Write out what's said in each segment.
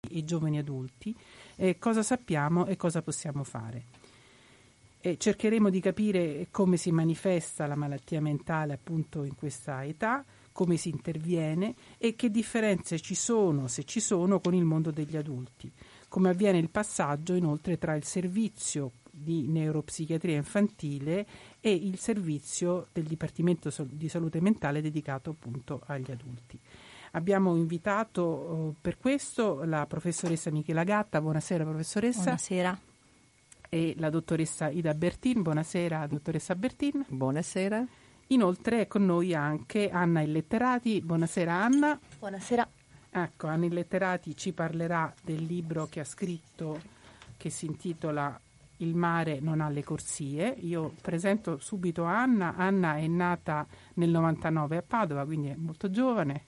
e giovani adulti, cosa sappiamo e cosa possiamo fare. Cercheremo di capire come si manifesta la malattia mentale appunto in questa età, come si interviene e che differenze ci sono, se ci sono, con il mondo degli adulti. Come avviene il passaggio inoltre tra il servizio di neuropsichiatria infantile e il servizio del Dipartimento di Salute Mentale dedicato appunto agli adulti. Abbiamo invitato per questo la professoressa Michela Gatta. Buonasera professoressa. Buonasera. E la dottoressa Ida Bertin. Buonasera dottoressa Bertin. Buonasera. Inoltre è con noi anche Anna Illetterati. Buonasera Anna. Buonasera. Ecco, Anna Illetterati ci parlerà del libro che ha scritto, che si intitola Il mare non ha le corsie. Io presento subito Anna. Anna è nata nel 99 a Padova, quindi è molto giovane,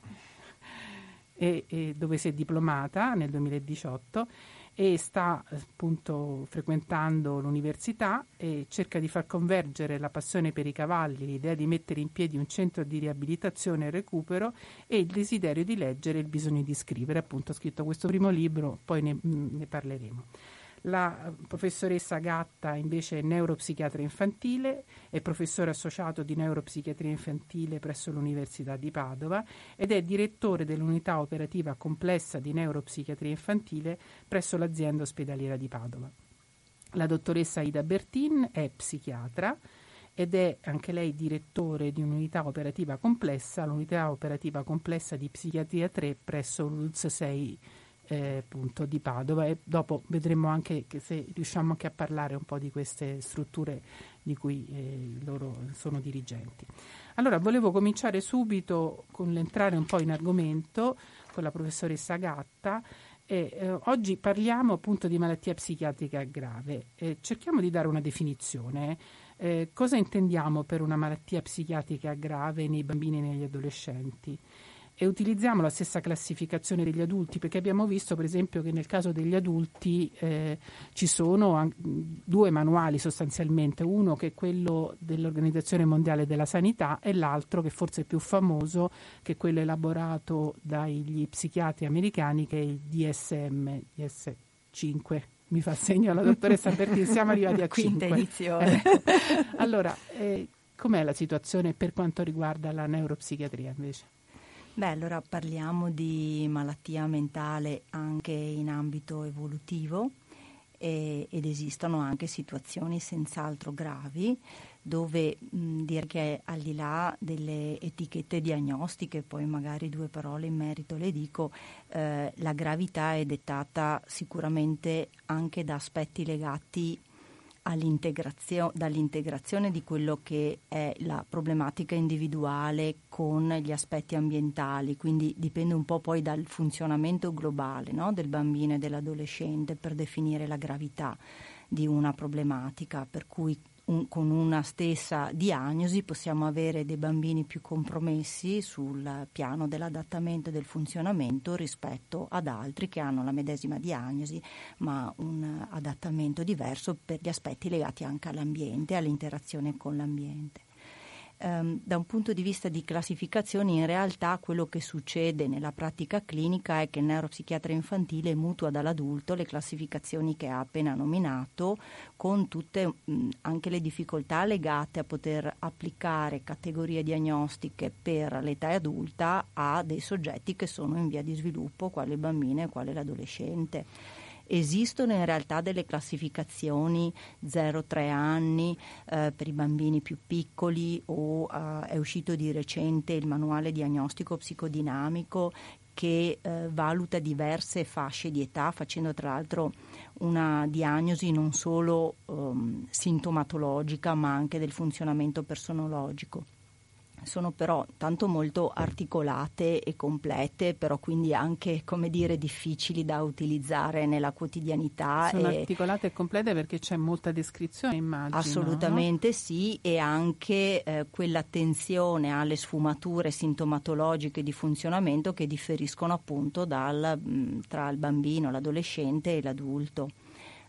e dove si è diplomata nel 2018 e sta appunto frequentando l'università e cerca di far convergere la passione per i cavalli, l'idea di mettere in piedi un centro di riabilitazione e recupero e il desiderio di leggere e il bisogno di scrivere. Appunto ha scritto questo primo libro, poi ne parleremo. La professoressa Gatta invece è neuropsichiatra infantile, è professore associato di neuropsichiatria infantile presso l'Università di Padova ed è direttore dell'unità operativa complessa di neuropsichiatria infantile presso l'azienda ospedaliera di Padova. La dottoressa Ida Bertin è psichiatra ed è anche lei direttore di un'unità operativa complessa, l'unità operativa complessa di psichiatria 3 presso l'ULS 6 punto di Padova, e dopo vedremo anche che se riusciamo anche a parlare un po' di queste strutture di cui loro sono dirigenti. Allora volevo cominciare subito con l'entrare un po' in argomento con la professoressa Gatta. Oggi parliamo appunto di malattia psichiatrica grave. Cerchiamo di dare una definizione. Cosa intendiamo per una malattia psichiatrica grave nei bambini e negli adolescenti? E utilizziamo la stessa classificazione degli adulti, perché abbiamo visto per esempio che nel caso degli adulti ci sono due manuali sostanzialmente, uno che è quello dell'Organizzazione Mondiale della Sanità e l'altro che forse è più famoso, che è quello elaborato dagli psichiatri americani, che è il DSM-5. Mi fa segno la dottoressa Bertin, siamo arrivati a 5. Quinta edizione. Allora, com'è la situazione per quanto riguarda la neuropsichiatria invece? Beh, allora parliamo di malattia mentale anche in ambito evolutivo ed esistono anche situazioni senz'altro gravi dove dire che al di là delle etichette diagnostiche, poi magari due parole in merito le dico, la gravità è dettata sicuramente anche da aspetti legati dall'integrazione di quello che è la problematica individuale con gli aspetti ambientali, quindi dipende un po' poi dal funzionamento globale, no, del bambino e dell'adolescente per definire la gravità di una problematica, per cui con una stessa diagnosi possiamo avere dei bambini più compromessi sul piano dell'adattamento e del funzionamento rispetto ad altri che hanno la medesima diagnosi ma un adattamento diverso per gli aspetti legati anche all'ambiente, all'interazione con l'ambiente. Da un punto di vista di classificazioni, in realtà quello che succede nella pratica clinica è che il neuropsichiatra infantile mutua dall'adulto le classificazioni che ha appena nominato, con tutte anche le difficoltà legate a poter applicare categorie diagnostiche per l'età adulta a dei soggetti che sono in via di sviluppo, quale il bambino e quale l'adolescente. Esistono in realtà delle classificazioni 0-3 anni per i bambini più piccoli o è uscito di recente il manuale diagnostico psicodinamico che valuta diverse fasce di età, facendo tra l'altro una diagnosi non solo sintomatologica ma anche del funzionamento personologico. Sono però tanto molto articolate e complete, però quindi anche, come dire, difficili da utilizzare nella quotidianità. Sono articolate e complete perché c'è molta descrizione, immagino. Assolutamente, no? Sì, e anche quell'attenzione alle sfumature sintomatologiche di funzionamento che differiscono appunto tra il bambino, l'adolescente e l'adulto.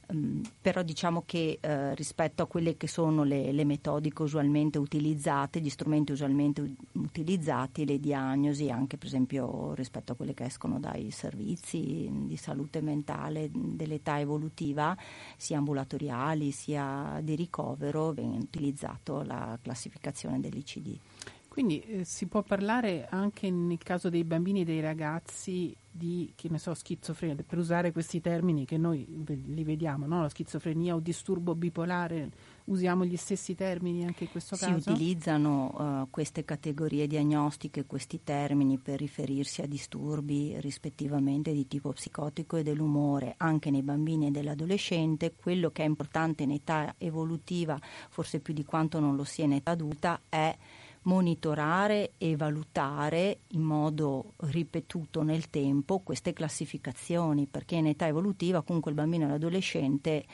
Però diciamo che rispetto a quelle che sono le metodiche usualmente utilizzate, gli strumenti usualmente utilizzati, le diagnosi, anche per esempio rispetto a quelle che escono dai servizi di salute mentale dell'età evolutiva, sia ambulatoriali sia di ricovero, viene utilizzato la classificazione dell'ICD. Quindi si può parlare anche nel caso dei bambini e dei ragazzi di, che ne so, schizofrenia, per usare questi termini che noi li vediamo, no? La schizofrenia o disturbo bipolare, usiamo gli stessi termini anche in questo caso? Si utilizzano queste categorie diagnostiche, questi termini per riferirsi a disturbi rispettivamente di tipo psicotico e dell'umore anche nei bambini e dell'adolescente. Quello che è importante in età evolutiva, forse più di quanto non lo sia in età adulta, è monitorare e valutare in modo ripetuto nel tempo queste classificazioni, perché in età evolutiva comunque il bambino e l'adolescente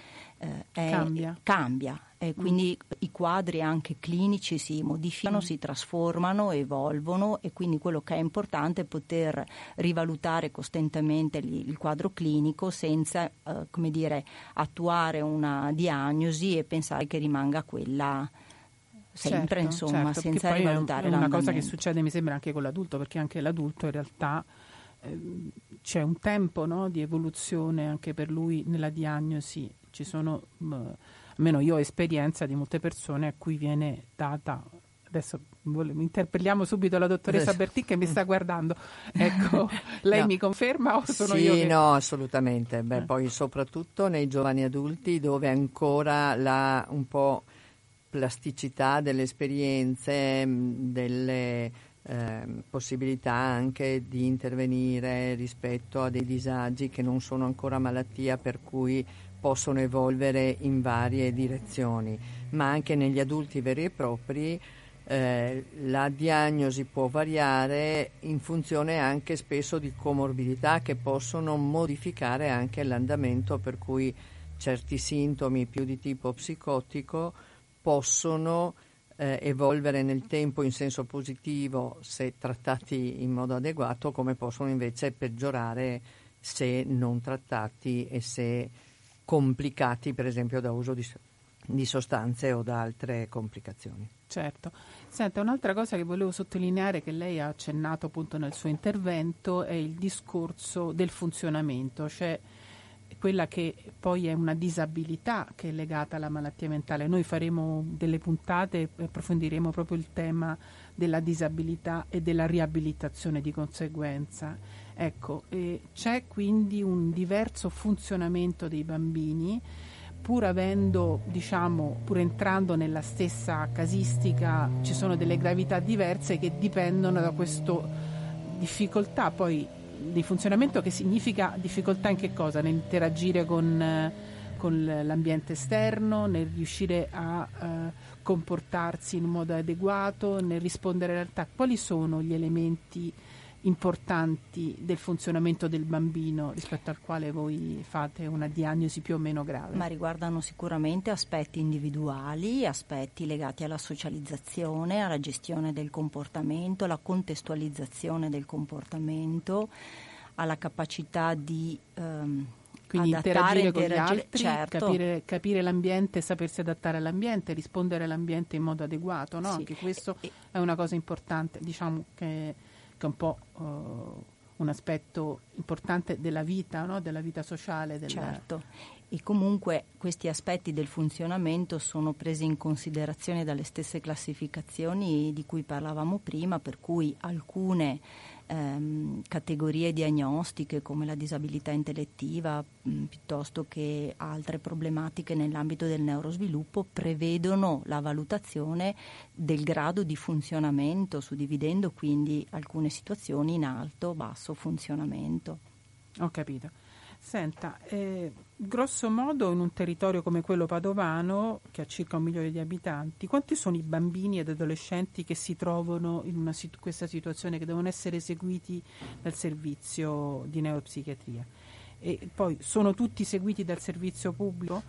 cambia e quindi i quadri anche clinici si modificano, si trasformano, evolvono, e quindi quello che è importante è poter rivalutare costantemente il quadro clinico senza attuare una diagnosi e pensare che rimanga quella sempre, insomma, certo, senza rivalutare è una l'andamento. cosa che succede, mi sembra, anche con l'adulto, perché anche l'adulto in realtà c'è un tempo, no, di evoluzione anche per lui nella diagnosi. Ci sono, almeno io ho esperienza di molte persone a cui viene data, adesso interpelliamo subito la dottoressa Bertì che mi sta guardando, ecco, lei mi conferma o sono io che... Sì, no, assolutamente. Poi soprattutto nei giovani adulti, dove ancora un po' plasticità delle esperienze, delle possibilità anche di intervenire rispetto a dei disagi che non sono ancora malattia, per cui possono evolvere in varie direzioni, ma anche negli adulti veri e propri la diagnosi può variare in funzione anche spesso di comorbidità che possono modificare anche l'andamento, per cui certi sintomi più di tipo psicotico possono evolvere nel tempo in senso positivo se trattati in modo adeguato, come possono invece peggiorare se non trattati e se complicati, per esempio da uso di sostanze o da altre complicazioni. Certo. Senta, un'altra cosa che volevo sottolineare, che lei ha accennato appunto nel suo intervento, è il discorso del funzionamento, cioè quella che poi è una disabilità che è legata alla malattia mentale. Noi faremo delle puntate e approfondiremo proprio il tema della disabilità e della riabilitazione di conseguenza. Ecco, c'è quindi un diverso funzionamento dei bambini, pur avendo, pur entrando nella stessa casistica, ci sono delle gravità diverse che dipendono da questa difficoltà poi di funzionamento, che significa difficoltà in che cosa? Nell'interagire con l'ambiente esterno, nel riuscire a comportarsi in un modo adeguato, nel rispondere alla realtà. Quali sono gli elementi importanti del funzionamento del bambino rispetto al quale voi fate una diagnosi più o meno grave? Ma riguardano sicuramente aspetti individuali, aspetti legati alla socializzazione, alla gestione del comportamento, alla contestualizzazione del comportamento, alla capacità di quindi interagire con gli altri, certo. capire l'ambiente, sapersi adattare all'ambiente, rispondere all'ambiente in modo adeguato, no? Sì. Anche questo è una cosa importante, che è un po' un aspetto importante della vita, no? Della vita sociale. Certo, e comunque questi aspetti del funzionamento sono presi in considerazione dalle stesse classificazioni di cui parlavamo prima, per cui alcune categorie diagnostiche come la disabilità intellettiva piuttosto che altre problematiche nell'ambito del neurosviluppo prevedono la valutazione del grado di funzionamento, suddividendo quindi alcune situazioni in alto, basso funzionamento. Ho capito. Senta, grosso modo in un territorio come quello padovano, che ha circa 1 milione di abitanti, quanti sono i bambini ed adolescenti che si trovano in questa situazione, che devono essere seguiti dal servizio di neuropsichiatria? E poi sono tutti seguiti dal servizio pubblico?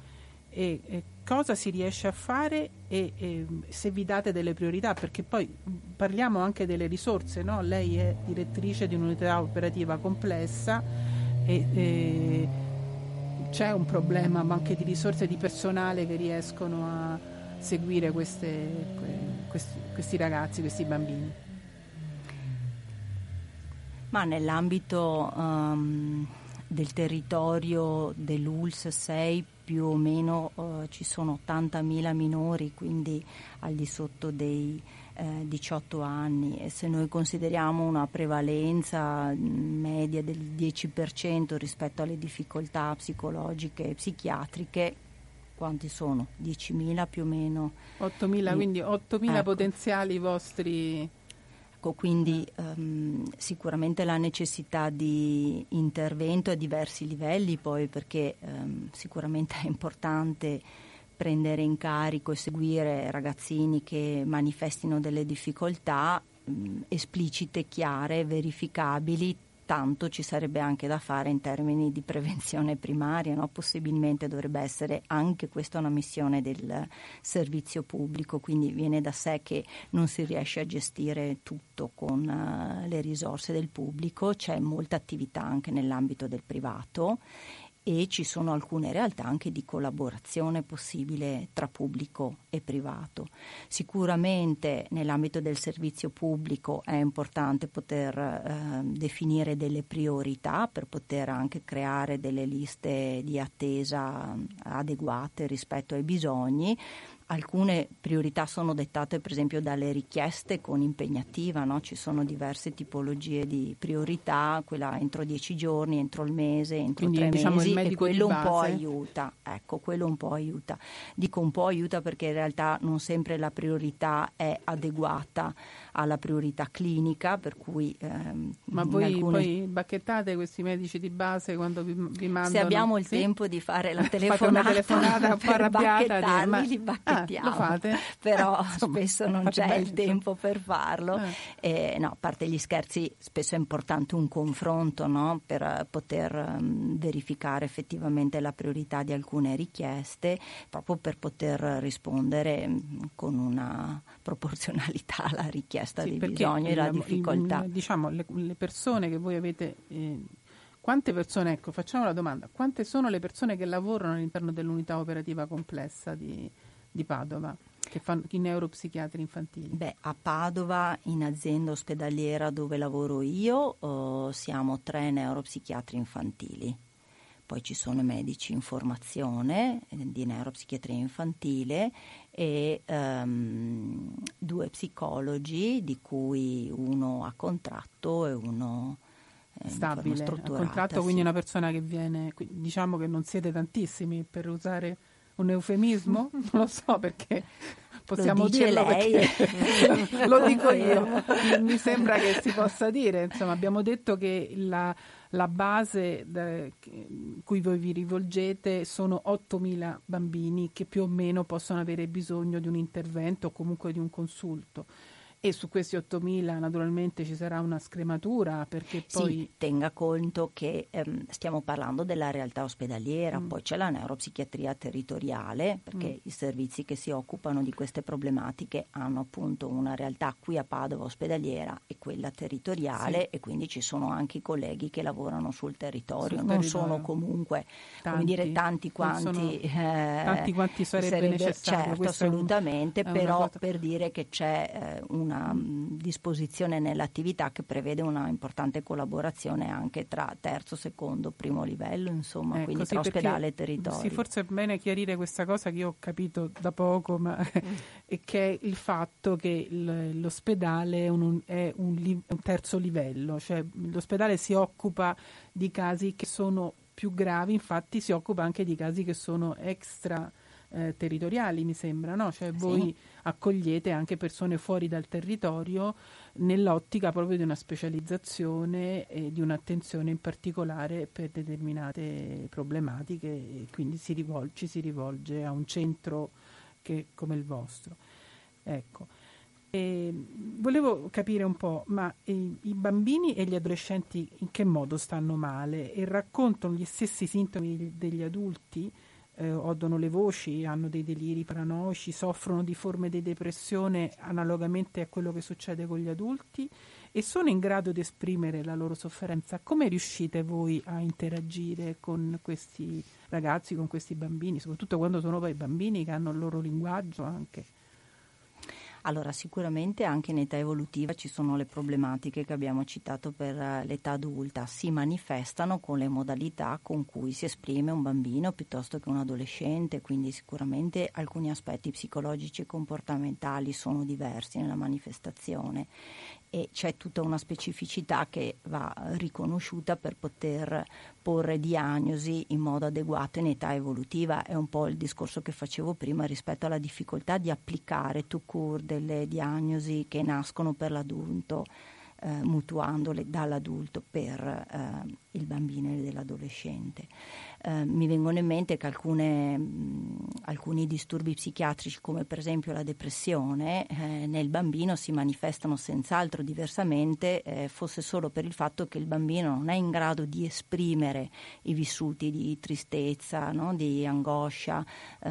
E cosa si riesce a fare e se vi date delle priorità? Perché poi parliamo anche delle risorse, no? Lei è direttrice di un'unità operativa complessa, c'è c'è un problema ma anche di risorse di personale che riescono a seguire questi ragazzi, questi bambini? Ma nell'ambito del territorio dell'ULSS 6 più o meno ci sono 80.000 minori, quindi al di sotto dei 18 anni, e se noi consideriamo una prevalenza media del 10% rispetto alle difficoltà psicologiche e psichiatriche, quanti sono? 10.000 più o meno. 8.000, quindi 8.000 ecco. Potenziali vostri. Quindi sicuramente la necessità di intervento a diversi livelli, poi perché sicuramente è importante prendere in carico e seguire ragazzini che manifestino delle difficoltà esplicite, chiare, verificabili. Tanto ci sarebbe anche da fare in termini di prevenzione primaria, no? Possibilmente dovrebbe essere anche questa una missione del servizio pubblico, quindi viene da sé che non si riesce a gestire tutto con le risorse del pubblico, c'è molta attività anche nell'ambito del privato e ci sono alcune realtà anche di collaborazione possibile tra pubblico e privato. Sicuramente nell'ambito del servizio pubblico è importante poter definire delle priorità per poter anche creare delle liste di attesa adeguate rispetto ai bisogni. Alcune priorità sono dettate per esempio dalle richieste con impegnativa, no? Ci sono diverse tipologie di priorità, quella entro 10 giorni, entro il mese, entro quindi, 3 diciamo, mesi, il e medico quello di un po' base. aiuta. Ecco, quello un po' aiuta. Dico un po' aiuta perché in realtà non sempre la priorità è adeguata alla priorità clinica, per cui ma voi poi bacchettate questi medici di base quando vi mandano? Se abbiamo il tempo di fare la telefonata un po' arrabbiata, li bacchettiamo, lo fate? però spesso non c'è il tempo insomma. per farlo. No, a parte gli scherzi, spesso è importante un confronto, no? Per poter verificare effettivamente la priorità di alcune richieste, proprio per poter rispondere con una proporzionalità alla richiesta di bisogno e la difficoltà. Diciamo, le persone che voi avete, quante persone, ecco, facciamo la domanda, quante sono le persone che lavorano all'interno dell'unità operativa complessa di Padova, che fanno i neuropsichiatri infantili? Beh, a Padova, in azienda ospedaliera dove lavoro io, siamo 3 neuropsichiatri infantili. Poi ci sono medici in formazione di neuropsichiatria infantile e 2 psicologi, di cui uno a contratto e uno stabile, a contratto, sì. Quindi una persona che viene, diciamo che non siete tantissimi, per usare un eufemismo, non lo so perché possiamo dirlo, lei. Perché lo dico io, mi sembra che si possa dire, insomma, abbiamo detto che la base cui voi vi rivolgete sono 8.000 bambini che più o meno possono avere bisogno di un intervento o comunque di un consulto. E su questi 8.000 naturalmente ci sarà una scrematura, perché poi... Sì, tenga conto che stiamo parlando della realtà ospedaliera, poi c'è la neuropsichiatria territoriale, perché i servizi che si occupano di queste problematiche hanno appunto una realtà qui a Padova ospedaliera e quella territoriale, sì. E quindi ci sono anche i colleghi che lavorano sul territorio, non sono comunque tanti quanti sarebbe necessario. Certo, assolutamente, però per dire che c'è una disposizione nell'attività che prevede una importante collaborazione anche tra terzo, secondo, primo livello, insomma, quindi tra ospedale e territorio. Sì, forse è bene chiarire questa cosa che io ho capito da poco, ma e che è il fatto che l'ospedale è un terzo livello, cioè l'ospedale si occupa di casi che sono più gravi, infatti si occupa anche di casi che sono extra territoriali, mi sembra, no? Cioè voi accogliete anche persone fuori dal territorio nell'ottica proprio di una specializzazione e di un'attenzione in particolare per determinate problematiche, e quindi ci si rivolge a un centro come il vostro. Ecco. Volevo capire un po', ma i bambini e gli adolescenti in che modo stanno male e raccontano gli stessi sintomi degli adulti? Odono le voci, hanno dei deliri paranoici, soffrono di forme di depressione analogamente a quello che succede con gli adulti, e sono in grado di esprimere la loro sofferenza. Come riuscite voi a interagire con questi ragazzi, con questi bambini, soprattutto quando sono poi bambini che hanno il loro linguaggio anche? Allora, sicuramente anche in età evolutiva ci sono le problematiche che abbiamo citato per l'età adulta, si manifestano con le modalità con cui si esprime un bambino piuttosto che un adolescente, quindi sicuramente alcuni aspetti psicologici e comportamentali sono diversi nella manifestazione e c'è tutta una specificità che va riconosciuta per poter porre diagnosi in modo adeguato in età evolutiva. È un po' il discorso che facevo prima rispetto alla difficoltà di applicare tout court delle diagnosi che nascono per l'adulto, mutuandole dall'adulto per il bambino e dell'adolescente. Mi vengono in mente che alcuni disturbi psichiatrici, come per esempio la depressione, nel bambino si manifestano senz'altro diversamente, fosse solo per il fatto che il bambino non è in grado di esprimere i vissuti di tristezza, no? Di angoscia,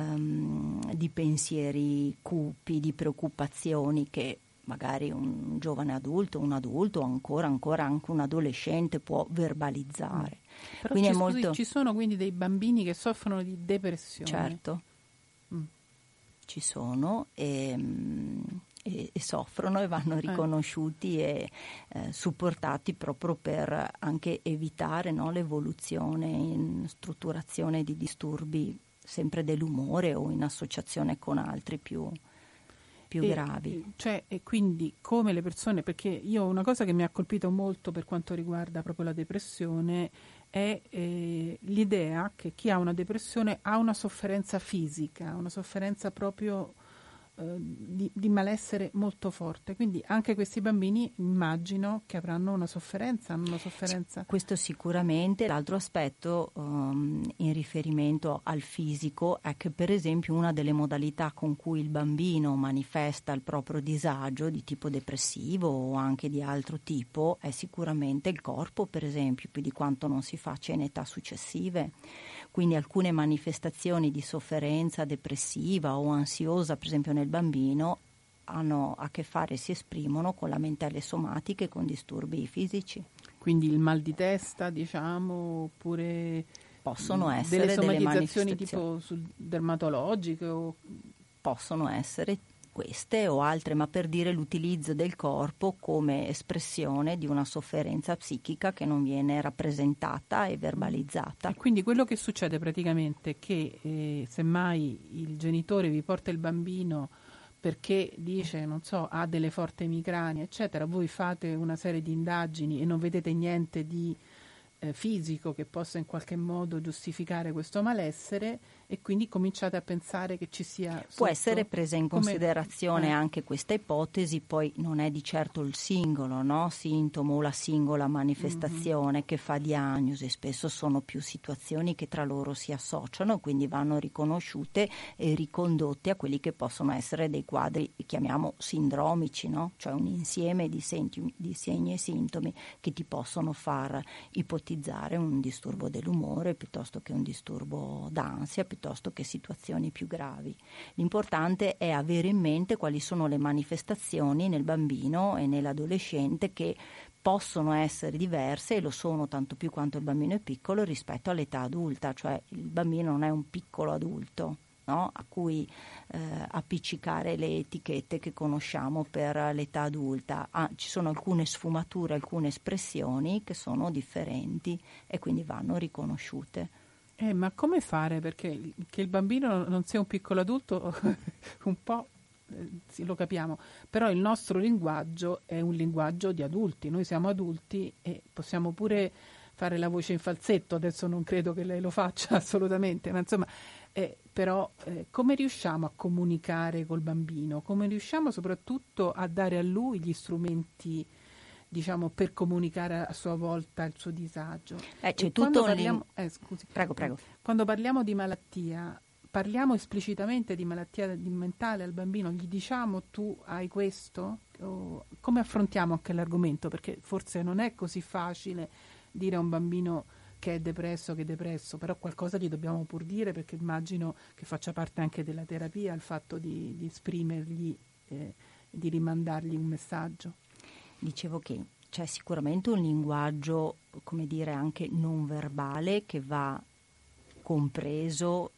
di pensieri cupi, di preoccupazioni che magari un giovane adulto, un adulto o ancora anche un adolescente può verbalizzare. Però Quindi ci sono quindi dei bambini che soffrono di depressione. Certo, ci sono e soffrono e vanno riconosciuti e supportati proprio per anche evitare, no, l'evoluzione in strutturazione di disturbi sempre dell'umore o in associazione con altri più gravi. E quindi come le persone, perché io una cosa che mi ha colpito molto per quanto riguarda proprio la depressione è l'idea che chi ha una depressione ha una sofferenza fisica, una sofferenza proprio di malessere molto forte, quindi anche questi bambini immagino che avranno una sofferenza. Questo sicuramente. L'altro aspetto in riferimento al fisico è che per esempio una delle modalità con cui il bambino manifesta il proprio disagio di tipo depressivo o anche di altro tipo è sicuramente il corpo, per esempio, più di quanto non si faccia in età successive. Quindi alcune manifestazioni di sofferenza depressiva o ansiosa, per esempio nel bambino, hanno a che fare, si esprimono con lamentele somatiche, con disturbi fisici. Quindi il mal di testa, diciamo, oppure possono essere delle somatizzazioni tipo dermatologiche possono essere queste o altre, ma per dire l'utilizzo del corpo come espressione di una sofferenza psichica che non viene rappresentata e verbalizzata. E quindi quello che succede praticamente è che semmai il genitore vi porta il bambino perché dice, non so, ha delle forti emicranie, eccetera, voi fate una serie di indagini e non vedete niente di fisico che possa in qualche modo giustificare questo malessere e quindi cominciate a pensare che ci sia può essere presa in considerazione anche questa ipotesi, poi non è di certo il singolo, no, sintomo o la singola manifestazione che fa diagnosi, spesso sono più situazioni che tra loro si associano, quindi vanno riconosciute e ricondotte a quelli che possono essere dei quadri, chiamiamo sindromici, no? Cioè un insieme di segni e sintomi che ti possono far ipotizzare un disturbo dell'umore piuttosto che un disturbo d'ansia, piuttosto che situazioni più gravi. L'importante è avere in mente quali sono le manifestazioni nel bambino e nell'adolescente che possono essere diverse e lo sono tanto più quanto il bambino è piccolo rispetto all'età adulta, cioè il bambino non è un piccolo adulto, no? A cui appiccicare le etichette che conosciamo per l'età adulta. Ci sono alcune sfumature, alcune espressioni che sono differenti e quindi vanno riconosciute. Ma come fare? Perché che il bambino non sia un piccolo adulto un po' sì, lo capiamo, però il nostro linguaggio è un linguaggio di adulti, noi siamo adulti e possiamo pure fare la voce in falsetto, adesso non credo che lei lo faccia assolutamente, ma insomma, però come riusciamo a comunicare col bambino? Come riusciamo soprattutto a dare a lui gli strumenti, diciamo, per comunicare a sua volta il suo disagio? C'è tutto scusi. Prego. Quando parliamo di malattia, parliamo esplicitamente di malattia mentale al bambino? Gli diciamo tu hai questo? Come affrontiamo anche l'argomento? Perché forse non è così facile dire a un bambino che è depresso, però qualcosa gli dobbiamo pur dire, perché immagino che faccia parte anche della terapia il fatto di esprimergli, di rimandargli un messaggio. dicevo che c'è sicuramente un linguaggio, come dire, anche non verbale che va compreso,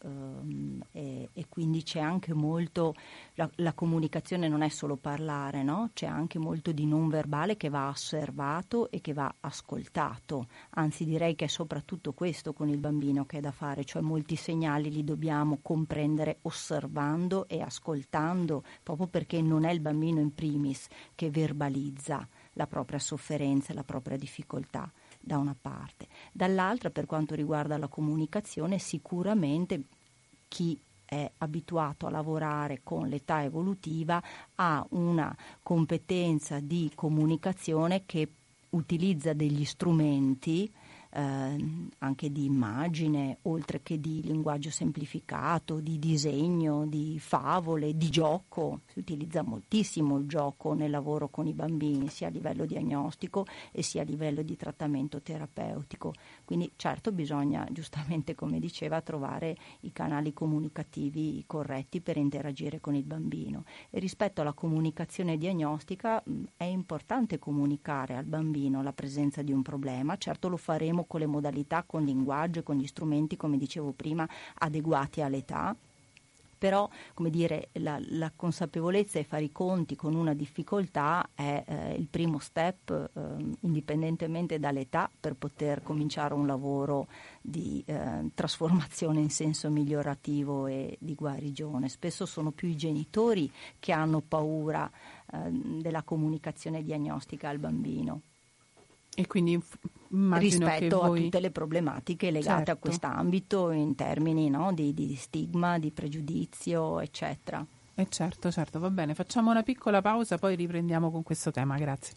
e quindi c'è anche molto, la comunicazione non è solo parlare, no? C'è anche molto di non verbale che va osservato e che va ascoltato, anzi direi che è soprattutto questo con il bambino che è da fare, cioè molti segnali li dobbiamo comprendere osservando e ascoltando, proprio perché non è il bambino in primis che verbalizza la propria sofferenza e la propria difficoltà, da una parte. Dall'altra, per quanto riguarda la comunicazione, sicuramente chi è abituato a lavorare con l'età evolutiva ha una competenza di comunicazione che utilizza degli strumenti anche di immagine, oltre che di linguaggio semplificato, di disegno, di favole, di gioco. Si utilizza moltissimo il gioco nel lavoro con i bambini, sia a livello diagnostico e sia a livello di trattamento terapeutico. Quindi certo bisogna, giustamente come diceva, trovare i canali comunicativi corretti per interagire con il bambino. E rispetto alla comunicazione diagnostica è importante comunicare al bambino la presenza di un problema. Certo lo faremo con le modalità, con linguaggio e con gli strumenti, come dicevo prima, adeguati all'età. Però, come dire, la consapevolezza e fare i conti con una difficoltà è il primo step, indipendentemente dall'età, per poter cominciare un lavoro di trasformazione in senso migliorativo e di guarigione. Spesso sono più i genitori che hanno paura della comunicazione diagnostica al bambino. E quindi immagino rispetto che voi... a tutte le problematiche legate certo. a quest'ambito in termini, no, di stigma, di pregiudizio, eccetera. Certo, va bene, facciamo una piccola pausa, poi riprendiamo con questo tema, grazie.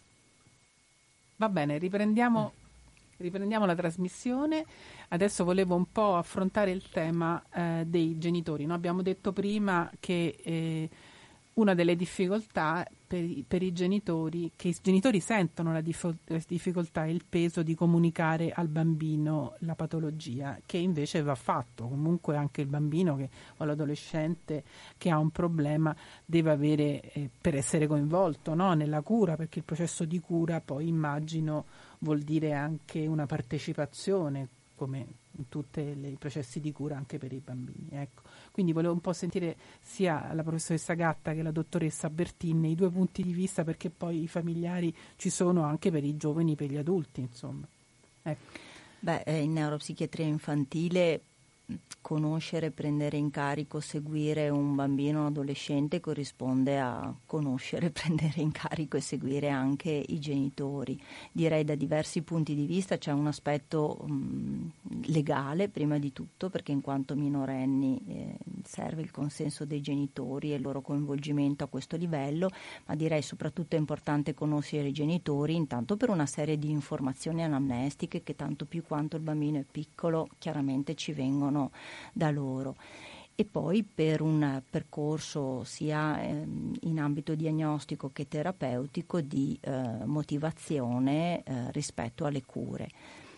Va bene, riprendiamo la trasmissione. Adesso volevo un po' affrontare il tema dei genitori. Noi abbiamo detto prima che una delle difficoltà per i genitori, che i genitori sentono la difficoltà e il peso di comunicare al bambino la patologia, che invece va fatto. Comunque anche il bambino o l'adolescente che ha un problema deve avere, per essere coinvolto, no, nella cura, perché il processo di cura poi immagino vuol dire anche una partecipazione, come in tutti i processi di cura anche per i bambini. Ecco. Quindi volevo un po' sentire sia la professoressa Gatta che la dottoressa Bertin i due punti di vista, perché poi i familiari ci sono anche per i giovani, per gli adulti, insomma. Ecco. In neuropsichiatria infantile conoscere, prendere in carico, seguire un bambino o un adolescente corrisponde a conoscere, prendere in carico e seguire anche i genitori. Direi da diversi punti di vista. C'è un aspetto legale prima di tutto, perché in quanto minorenni serve il consenso dei genitori e il loro coinvolgimento a questo livello, ma direi soprattutto è importante conoscere i genitori, intanto per una serie di informazioni anamnestiche che tanto più quanto il bambino è piccolo chiaramente ci vengono da loro, e poi per un percorso sia in ambito diagnostico che terapeutico di motivazione rispetto alle cure.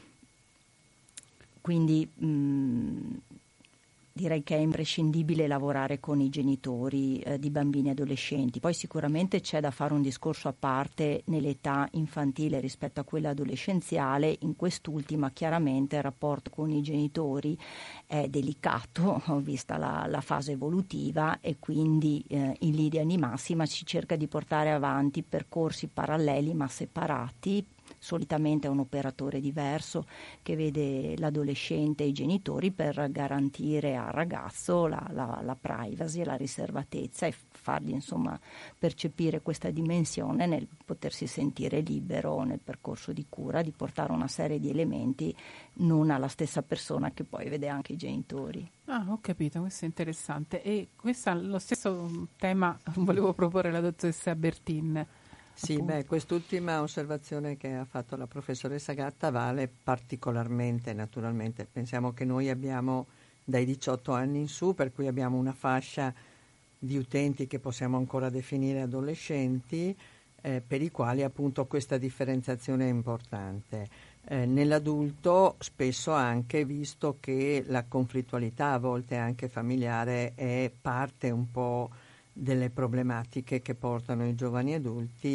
Quindi direi che è imprescindibile lavorare con i genitori di bambini e adolescenti. Poi sicuramente c'è da fare un discorso a parte nell'età infantile rispetto a quella adolescenziale. In quest'ultima chiaramente il rapporto con i genitori è delicato, vista la fase evolutiva, e quindi in linea di massima si cerca di portare avanti percorsi paralleli ma separati. Solitamente è un operatore diverso che vede l'adolescente e i genitori per garantire al ragazzo la privacy e la riservatezza e fargli insomma percepire questa dimensione nel potersi sentire libero nel percorso di cura, di portare una serie di elementi non alla stessa persona che poi vede anche i genitori. Ho capito, questo è interessante. E questo lo stesso tema volevo proporre alla dottoressa Bertin. Sì, quest'ultima osservazione che ha fatto la professoressa Gatta vale particolarmente, naturalmente. Pensiamo che noi abbiamo dai 18 anni in su, per cui abbiamo una fascia di utenti che possiamo ancora definire adolescenti, per i quali appunto questa differenziazione è importante. Nell'adulto spesso anche, visto che la conflittualità a volte anche familiare è parte un po' delle problematiche che portano i giovani adulti,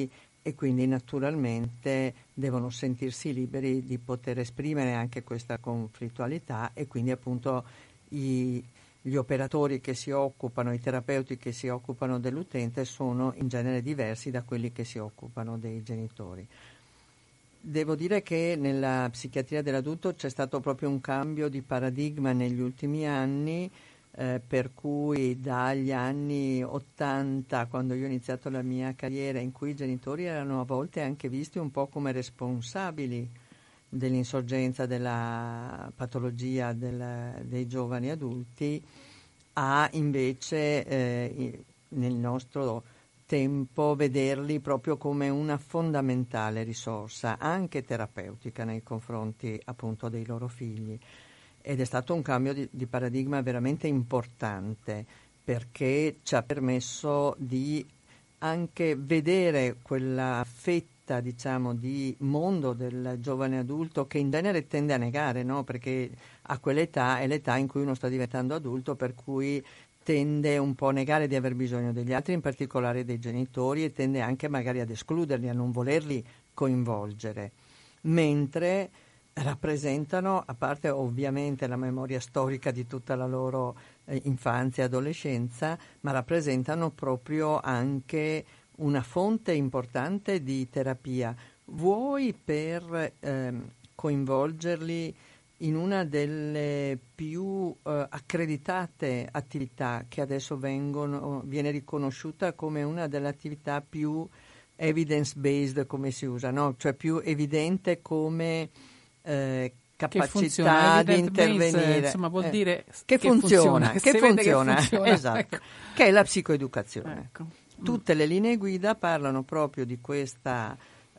e quindi naturalmente devono sentirsi liberi di poter esprimere anche questa conflittualità, e quindi appunto gli operatori che si occupano, i terapeuti che si occupano dell'utente sono in genere diversi da quelli che si occupano dei genitori. Devo dire che nella psichiatria dell'adulto c'è stato proprio un cambio di paradigma negli ultimi anni, per cui dagli anni 80, quando io ho iniziato la mia carriera, in cui i genitori erano a volte anche visti un po' come responsabili dell'insorgenza della patologia dei giovani adulti, a invece nel nostro tempo vederli proprio come una fondamentale risorsa anche terapeutica nei confronti appunto dei loro figli. Ed è stato un cambio di paradigma veramente importante, perché ci ha permesso di anche vedere quella fetta, diciamo, di mondo del giovane adulto che in genere tende a negare, no? Perché a quell'età è l'età in cui uno sta diventando adulto, per cui tende un po' a negare di aver bisogno degli altri, in particolare dei genitori, e tende anche magari ad escluderli, a non volerli coinvolgere, mentre rappresentano, a parte ovviamente la memoria storica di tutta la loro infanzia e adolescenza, ma rappresentano proprio anche una fonte importante di terapia, vuoi per coinvolgerli in una delle più accreditate attività che adesso viene riconosciuta come una delle attività più evidence-based, come si usa, no? Cioè più evidente come capacità di intervenire, insomma, vuol dire che funziona, esatto, ecco. Che è la psicoeducazione. Ecco. Tutte le linee guida parlano proprio di questa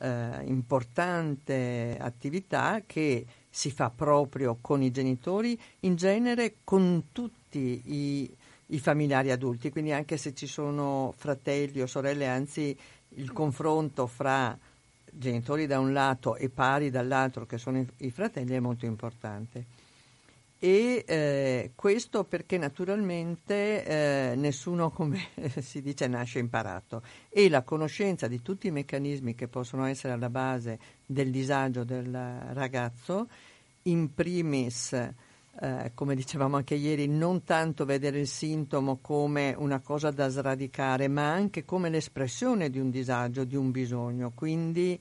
importante attività che si fa proprio con i genitori, in genere con tutti i familiari adulti, quindi anche se ci sono fratelli o sorelle, anzi il confronto fra genitori da un lato e pari dall'altro, che sono i fratelli, è molto importante. E questo perché naturalmente nessuno, come si dice, nasce imparato, e la conoscenza di tutti i meccanismi che possono essere alla base del disagio del ragazzo, in primis, come dicevamo anche ieri, non tanto vedere il sintomo come una cosa da sradicare, ma anche come l'espressione di un disagio, di un bisogno, quindi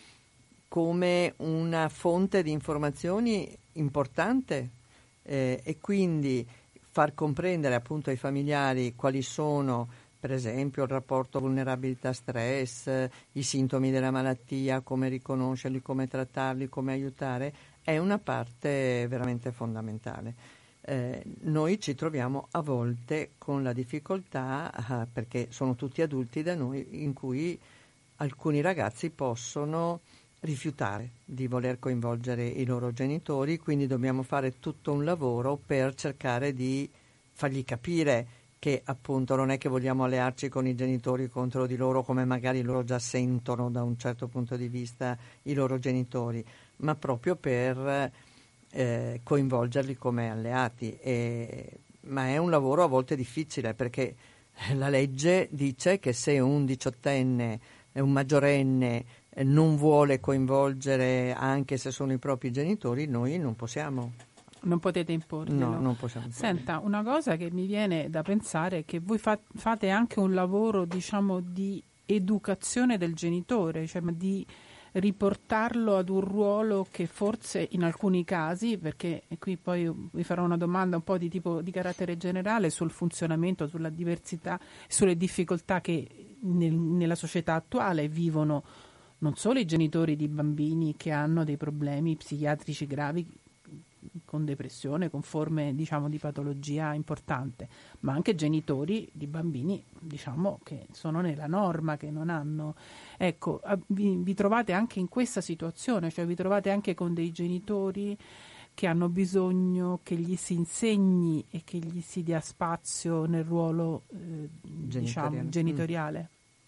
come una fonte di informazioni importante, e quindi far comprendere appunto ai familiari quali sono, per esempio, il rapporto vulnerabilità-stress, i sintomi della malattia, come riconoscerli, come trattarli, come aiutare, è una parte veramente fondamentale. Noi ci troviamo a volte con la difficoltà, perché sono tutti adulti da noi, in cui alcuni ragazzi possono rifiutare di voler coinvolgere i loro genitori, quindi dobbiamo fare tutto un lavoro per cercare di fargli capire che appunto non è che vogliamo allearci con i genitori contro di loro, come magari loro già sentono da un certo punto di vista i loro genitori, ma proprio per coinvolgerli come alleati. Ma è un lavoro a volte difficile, perché la legge dice che se un diciottenne, un maggiorenne, non vuole coinvolgere anche se sono i propri genitori, noi non possiamo. Non potete imporglielo. No, non possiamo. Senta, una cosa che mi viene da pensare è che voi fate anche un lavoro, diciamo, di educazione del genitore, cioè di riportarlo ad un ruolo che forse in alcuni casi, perché qui poi vi farò una domanda un po' di tipo di carattere generale sul funzionamento, sulla diversità, sulle difficoltà che nella società attuale vivono non solo i genitori di bambini che hanno dei problemi psichiatrici gravi, con depressione, con forme, diciamo, di patologia importante, ma anche genitori di bambini, diciamo, che sono nella norma, che non hanno. Ecco, vi trovate anche in questa situazione, cioè vi trovate anche con dei genitori che hanno bisogno che gli si insegni e che gli si dia spazio nel ruolo diciamo genitoriale.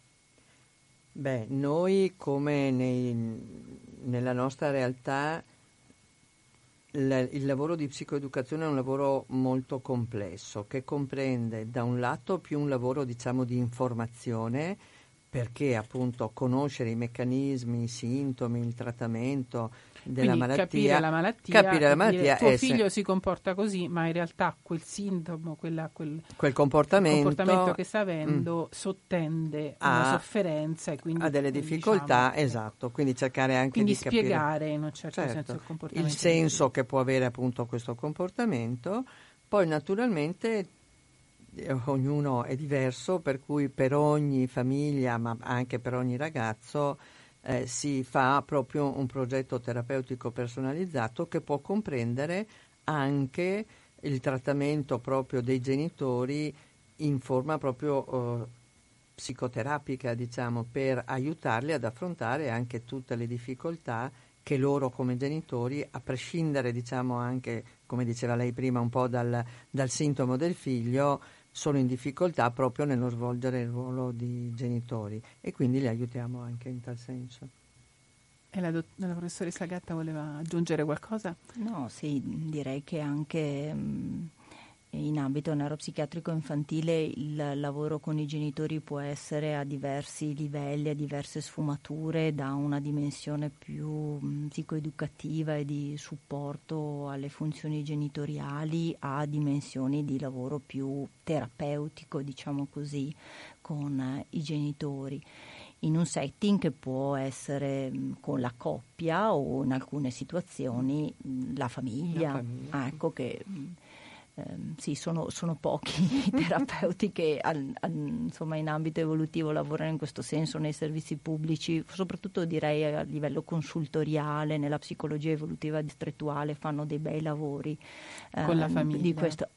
Beh, noi come nella nostra realtà il lavoro di psicoeducazione è un lavoro molto complesso, che comprende da un lato più un lavoro, diciamo, di informazione, perché appunto conoscere i meccanismi, i sintomi, il trattamento della malattia, capire la malattia tuo e figlio si comporta così, ma in realtà quel sintomo, quel comportamento che sta avendo sottende una sofferenza e quindi ha delle difficoltà, diciamo, esatto, quindi cercare anche quindi di capire spiegare in un certo senso il comportamento, il senso che può avere appunto questo comportamento. Poi naturalmente ognuno è diverso, per cui per ogni famiglia, ma anche per ogni ragazzo, si fa proprio un progetto terapeutico personalizzato che può comprendere anche il trattamento proprio dei genitori in forma proprio psicoterapica, diciamo, per aiutarli ad affrontare anche tutte le difficoltà che loro come genitori, a prescindere, diciamo, anche, come diceva lei prima, un po' dal sintomo del figlio, sono in difficoltà proprio nello svolgere il ruolo di genitori, e quindi li aiutiamo anche in tal senso. E la professoressa Gatta voleva aggiungere qualcosa? No, sì, direi che anche in ambito neuropsichiatrico infantile il lavoro con i genitori può essere a diversi livelli, a diverse sfumature, da una dimensione più psicoeducativa e di supporto alle funzioni genitoriali a dimensioni di lavoro più terapeutico, diciamo così, con i genitori, in un setting che può essere con la coppia o in alcune situazioni la famiglia. Ecco che sì, sono pochi i terapeuti che insomma in ambito evolutivo lavorano in questo senso nei servizi pubblici, soprattutto direi a livello consultoriale, nella psicologia evolutiva distrettuale fanno dei bei lavori con la famiglia di questo.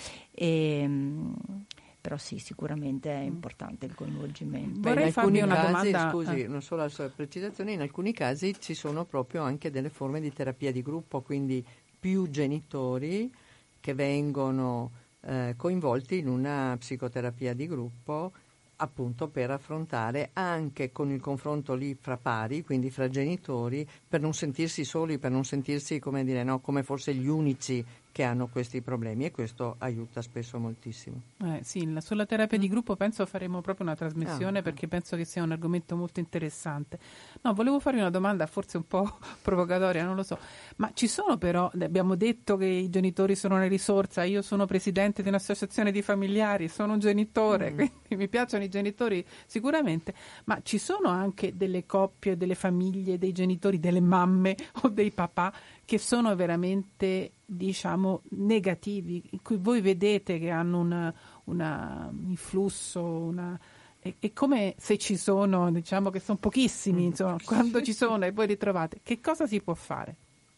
Però sì, sicuramente è importante il coinvolgimento. Vorrei farvi una domanda. Scusi, non solo la sua precisazione, in alcuni casi ci sono proprio anche delle forme di terapia di gruppo, quindi più genitori che vengono coinvolti in una psicoterapia di gruppo, appunto per affrontare anche con il confronto lì fra pari, quindi fra genitori, per non sentirsi soli, per non sentirsi, come dire, no, come forse gli unici che hanno questi problemi, e questo aiuta spesso moltissimo. Sì, sulla terapia di gruppo penso faremo proprio una trasmissione, perché penso che sia un argomento molto interessante. No, volevo farvi una domanda forse un po' provocatoria, non lo so, ma ci sono però, abbiamo detto che i genitori sono una risorsa, io sono presidente di un'associazione di familiari, sono un genitore, quindi mi piacciono i genitori sicuramente, ma ci sono anche delle coppie, delle famiglie, dei genitori, delle mamme o dei papà che sono veramente, diciamo, negativi, in cui voi vedete che hanno un influsso, e come, se ci sono, diciamo che sono pochissimi, insomma, quando ci sono e voi li trovate, che cosa si può fare?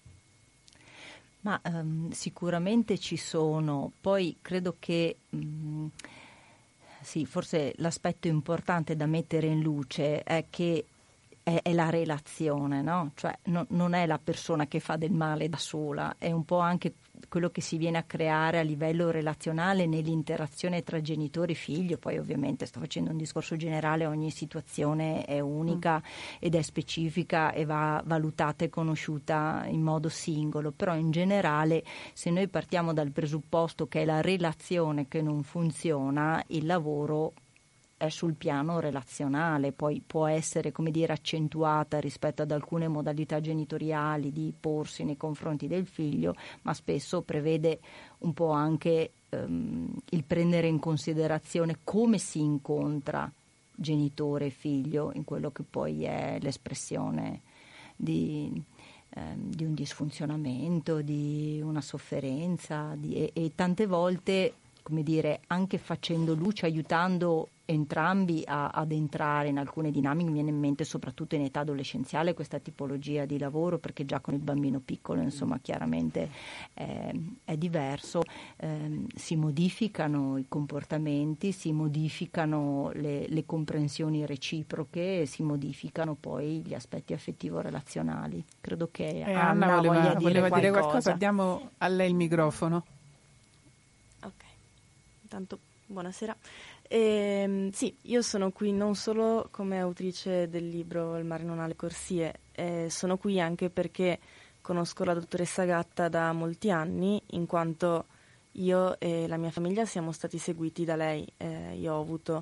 Ma sicuramente ci sono, poi credo che sì, forse l'aspetto importante da mettere in luce è che è la relazione, no? Cioè non è la persona che fa del male da sola, è un po' anche quello che si viene a creare a livello relazionale nell'interazione tra genitori e figlio. Poi ovviamente sto facendo un discorso generale, ogni situazione è unica ed è specifica e va valutata e conosciuta in modo singolo, però in generale, se noi partiamo dal presupposto che è la relazione che non funziona, il lavoro è sul piano relazionale, poi può essere, come dire, accentuata rispetto ad alcune modalità genitoriali di porsi nei confronti del figlio, ma spesso prevede un po' anche il prendere in considerazione come si incontra genitore e figlio in quello che poi è l'espressione di un disfunzionamento, di una sofferenza, e tante volte, come dire, anche facendo luce, aiutando entrambi ad entrare in alcune dinamiche. Mi viene in mente soprattutto in età adolescenziale questa tipologia di lavoro, perché già con il bambino piccolo, insomma, chiaramente è diverso, si modificano i comportamenti, si modificano le comprensioni reciproche, si modificano poi gli aspetti affettivo-relazionali. Credo che Anna voleva dire qualcosa. Diamo a lei il microfono. Ok, intanto buonasera. Sì, io sono qui non solo come autrice del libro Il mare non ha le corsie, sono qui anche perché conosco la dottoressa Gatta da molti anni, in quanto io e la mia famiglia siamo stati seguiti da lei. Io ho avuto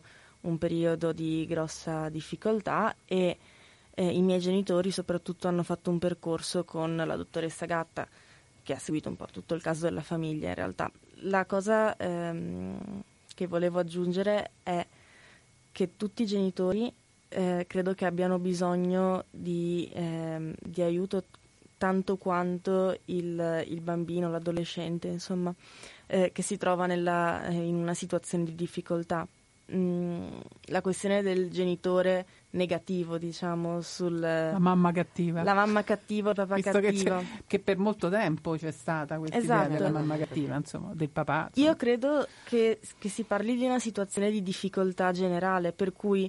un periodo di grossa difficoltà e i miei genitori soprattutto hanno fatto un percorso con la dottoressa Gatta, che ha seguito un po' tutto il caso della famiglia in realtà. La cosa che volevo aggiungere è che tutti i genitori credo che abbiano bisogno di aiuto tanto quanto il bambino, l'adolescente, insomma, che si trova in una situazione di difficoltà. La questione del genitore negativo, diciamo, la mamma cattiva, il papà visto cattivo, che per molto tempo c'è stata questa idea della mamma cattiva, insomma, del papà, insomma. Io credo che si parli di una situazione di difficoltà generale, per cui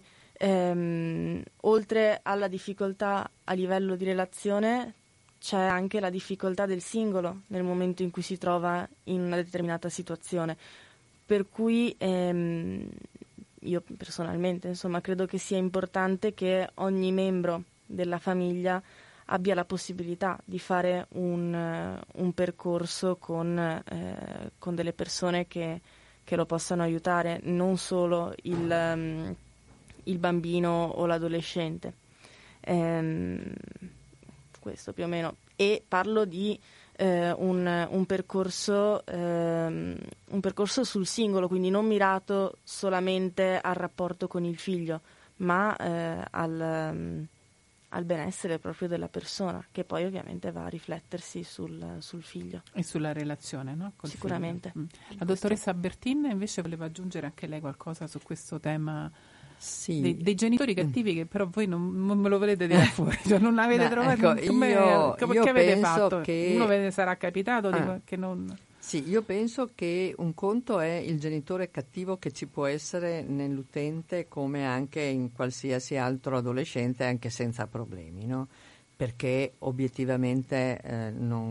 oltre alla difficoltà a livello di relazione c'è anche la difficoltà del singolo nel momento in cui si trova in una determinata situazione, per cui io personalmente, insomma, credo che sia importante che ogni membro della famiglia abbia la possibilità di fare un percorso con delle persone che lo possano aiutare, non solo il bambino o l'adolescente. Questo più o meno. E parlo di un percorso sul singolo, quindi non mirato solamente al rapporto con il figlio, ma al benessere proprio della persona, che poi ovviamente va a riflettersi sul figlio. E sulla relazione, no? Col Sicuramente. figlio. La dottoressa Bertin invece voleva aggiungere anche lei qualcosa su questo tema. Sì. Dei genitori cattivi, che però voi non me lo volete dire fuori, cioè non avete trovato. Io che avete penso fatto? che Uno ve ne sarà capitato che non. Sì, io penso che un conto è il genitore cattivo che ci può essere nell'utente come anche in qualsiasi altro adolescente, anche senza problemi, no? Perché obiettivamente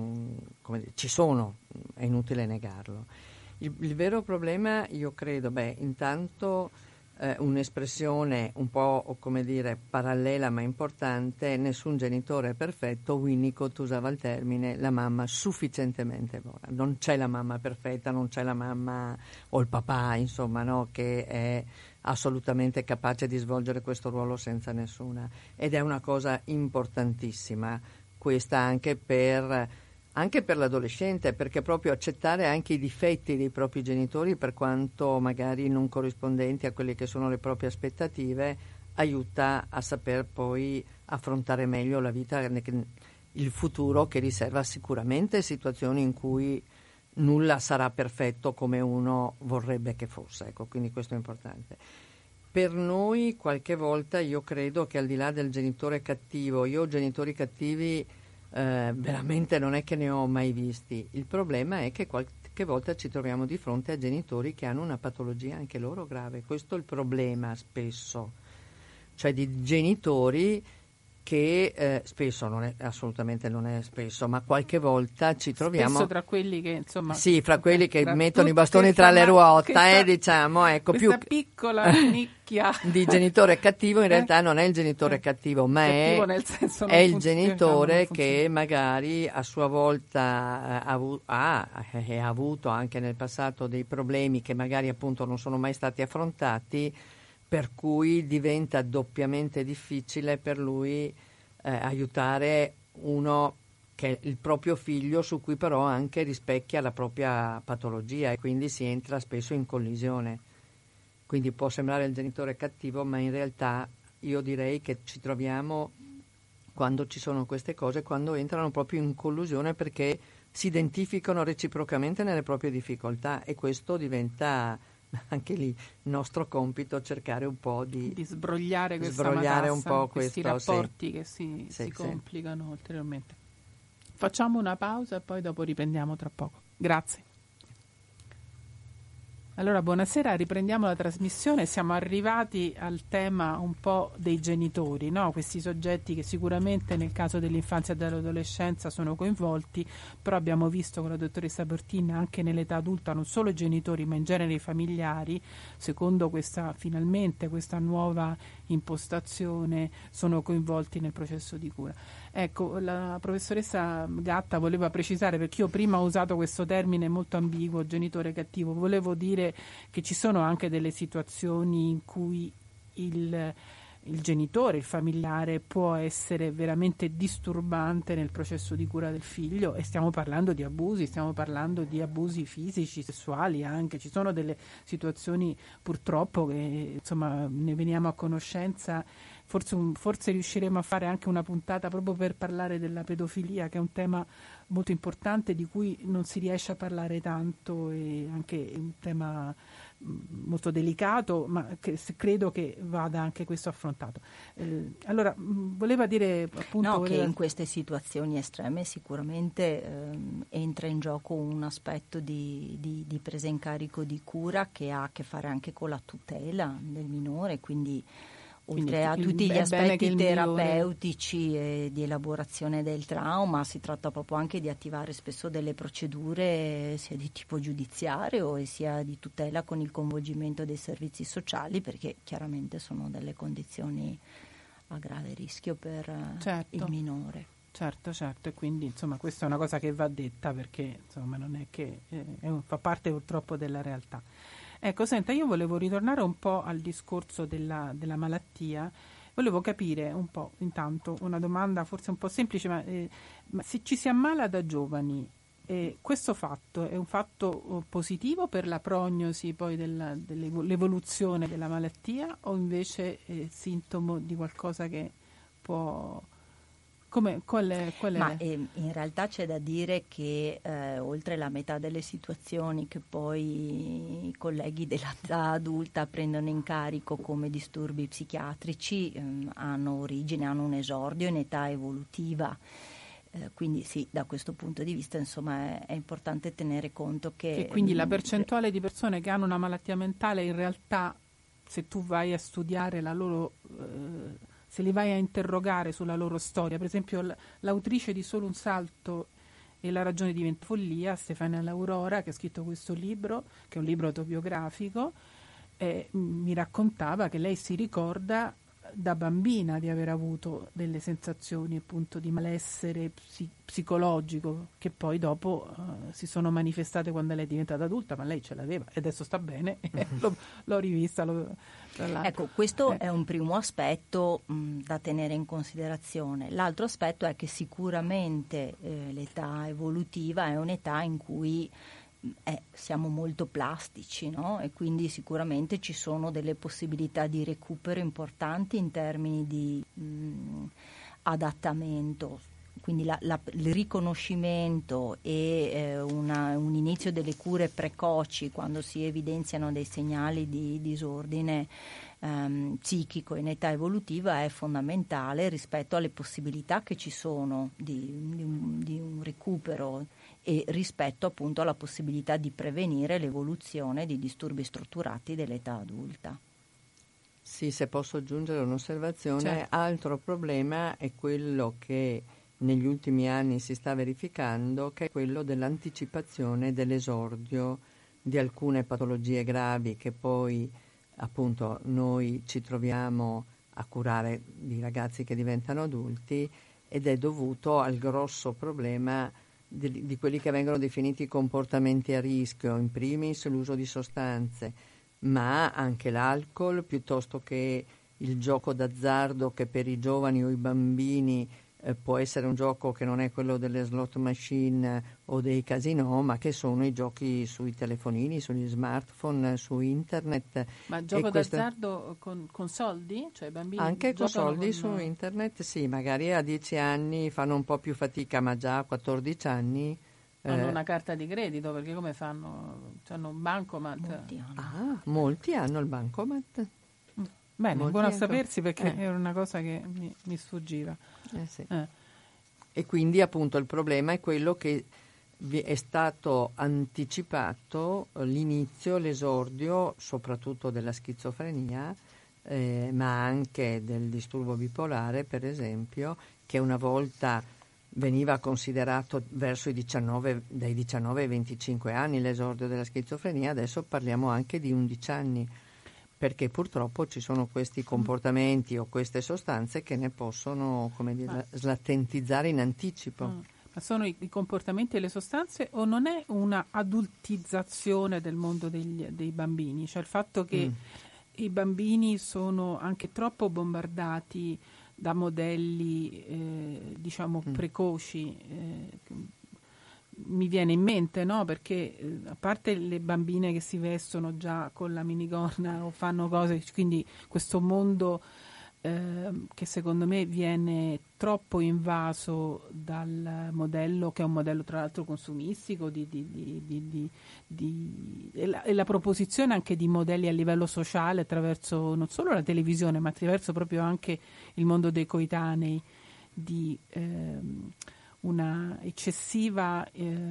ci sono, è inutile negarlo. Il vero problema, io credo, intanto un'espressione un po', come dire, parallela ma importante: nessun genitore è perfetto. Winnicott usava il termine la mamma sufficientemente buona. Non c'è la mamma perfetta, non c'è la mamma o il papà, insomma, no, che è assolutamente capace di svolgere questo ruolo senza nessuna, ed è una cosa importantissima questa anche per l'adolescente, perché proprio accettare anche i difetti dei propri genitori, per quanto magari non corrispondenti a quelle che sono le proprie aspettative, aiuta a saper poi affrontare meglio la vita, il futuro, che riserva sicuramente situazioni in cui nulla sarà perfetto come uno vorrebbe che fosse. Ecco, quindi questo è importante. Per noi qualche volta io credo che al di là del genitore cattivo, io genitori cattivi veramente non è che ne ho mai visti. Il problema è che qualche volta ci troviamo di fronte a genitori che hanno una patologia anche loro grave. Questo è il problema spesso, cioè di genitori che spesso assolutamente non è spesso, ma qualche volta ci troviamo spesso tra quelli che, insomma, sì, fra quelli che mettono i bastoni tra le ruote, diciamo, ecco, questa più piccola nicchia di genitore cattivo. In realtà non è il genitore cattivo, ma cattivo nel senso è il genitore che magari a sua volta ha avuto anche nel passato dei problemi che magari appunto non sono mai stati affrontati, per cui diventa doppiamente difficile per lui aiutare uno che è il proprio figlio, su cui però anche rispecchia la propria patologia, e quindi si entra spesso in collisione. Quindi può sembrare il genitore cattivo, ma in realtà io direi che ci troviamo, quando ci sono queste cose, quando entrano proprio in collusione, perché si identificano reciprocamente nelle proprie difficoltà, e questo diventa anche lì il nostro compito, cercare un po' di sbrogliare questa sbrogliare matassa, un po' questi rapporti che si complicano ulteriormente. Facciamo una pausa e poi dopo riprendiamo tra poco. Grazie. Allora, buonasera, riprendiamo la trasmissione. Siamo arrivati al tema un po' dei genitori, no? Questi soggetti che sicuramente nel caso dell'infanzia e dell'adolescenza sono coinvolti, però abbiamo visto con la dottoressa Bertin anche nell'età adulta non solo i genitori ma in genere i familiari, secondo questa nuova impostazione sono coinvolti nel processo di cura. Ecco, la professoressa Gatta voleva precisare, perché io prima ho usato questo termine molto ambiguo, genitore cattivo, volevo dire che ci sono anche delle situazioni in cui il genitore, il familiare può essere veramente disturbante nel processo di cura del figlio, e stiamo parlando di abusi fisici, sessuali anche. Ci sono delle situazioni purtroppo che insomma ne veniamo a conoscenza. Forse riusciremo a fare anche una puntata proprio per parlare della pedofilia, che è un tema molto importante di cui non si riesce a parlare tanto, e anche un tema molto delicato, ma che credo che vada anche questo affrontato. Allora, voleva dire appunto... che in queste situazioni estreme sicuramente entra in gioco un aspetto di presa in carico di cura che ha a che fare anche con la tutela del minore, quindi oltre a tutti gli aspetti terapeutici e di elaborazione del trauma, si tratta proprio anche di attivare spesso delle procedure sia di tipo giudiziario e sia di tutela con il coinvolgimento dei servizi sociali, perché chiaramente sono delle condizioni a grave rischio per il minore. Certo, e quindi insomma questa è una cosa che va detta, perché insomma non è che fa parte purtroppo della realtà. Ecco, senta, io volevo ritornare un po' al discorso della malattia. Volevo capire un po', intanto, una domanda forse un po' semplice, ma se ci si ammala da giovani, questo fatto è un fatto positivo per la prognosi poi dell'evoluzione della malattia, o invece è sintomo di qualcosa che può... Qual è? Ma in realtà c'è da dire che oltre la metà delle situazioni che poi i colleghi dell'età adulta prendono in carico come disturbi psichiatrici hanno un esordio in età evolutiva. Quindi sì, da questo punto di vista insomma è importante tenere conto che quindi la percentuale di persone che hanno una malattia mentale, in realtà, se tu vai a studiare la loro... se li vai a interrogare sulla loro storia, per esempio l'autrice di Solo un salto e la ragione diventa follia, Stefania Laurora, che ha scritto questo libro, che è un libro autobiografico, mi raccontava che lei si ricorda da bambina di aver avuto delle sensazioni appunto di malessere psicologico, che poi dopo si sono manifestate quando lei è diventata adulta, ma lei ce l'aveva e adesso sta bene. L'ho rivista. Ecco, questo è un primo aspetto da tenere in considerazione. L'altro aspetto è che sicuramente l'età evolutiva è un'età in cui siamo molto plastici, no? E quindi sicuramente ci sono delle possibilità di recupero importanti in termini di adattamento. Quindi il riconoscimento e un inizio delle cure precoci quando si evidenziano dei segnali di disordine psichico in età evolutiva è fondamentale rispetto alle possibilità che ci sono di un recupero e rispetto appunto alla possibilità di prevenire l'evoluzione di disturbi strutturati dell'età adulta. Sì, se posso aggiungere un'osservazione, certo. Altro problema è quello che negli ultimi anni si sta verificando, che è quello dell'anticipazione dell'esordio di alcune patologie gravi che poi appunto noi ci troviamo a curare di ragazzi che diventano adulti, ed è dovuto al grosso problema di quelli che vengono definiti comportamenti a rischio, in primis l'uso di sostanze, ma anche l'alcol, piuttosto che il gioco d'azzardo, che per i giovani o i bambini può essere un gioco che non è quello delle slot machine o dei casinò, ma che sono i giochi sui telefonini, sugli smartphone, su internet. Ma gioco d'azzardo con soldi? Cioè i bambini anche con soldi su internet, sì, magari a 10 anni fanno un po' più fatica, ma già a 14 anni... Hanno una carta di credito, perché come fanno? Hanno un bancomat? Molti hanno il bancomat. Bene, buono a sapersi, perché era una cosa che mi sfuggiva. Sì. E quindi appunto il problema è quello che è stato anticipato l'inizio, l'esordio soprattutto della schizofrenia, ma anche del disturbo bipolare, per esempio, che una volta veniva considerato verso dai 19 ai 25 anni l'esordio della schizofrenia, adesso parliamo anche di 11 anni. perché purtroppo ci sono questi comportamenti o queste sostanze che ne possono, come dire, slatentizzare in anticipo. Ma sono i comportamenti e le sostanze, o non è una adultizzazione del mondo dei bambini? Cioè il fatto che i bambini sono anche troppo bombardati da modelli, precoci. Mi viene in mente, no? Perché a parte le bambine che si vestono già con la minigonna o fanno cose, quindi questo mondo che secondo me viene troppo invaso dal modello, che è un modello tra l'altro consumistico, e la proposizione anche di modelli a livello sociale attraverso non solo la televisione, ma attraverso proprio anche il mondo dei coetanei, di una eccessiva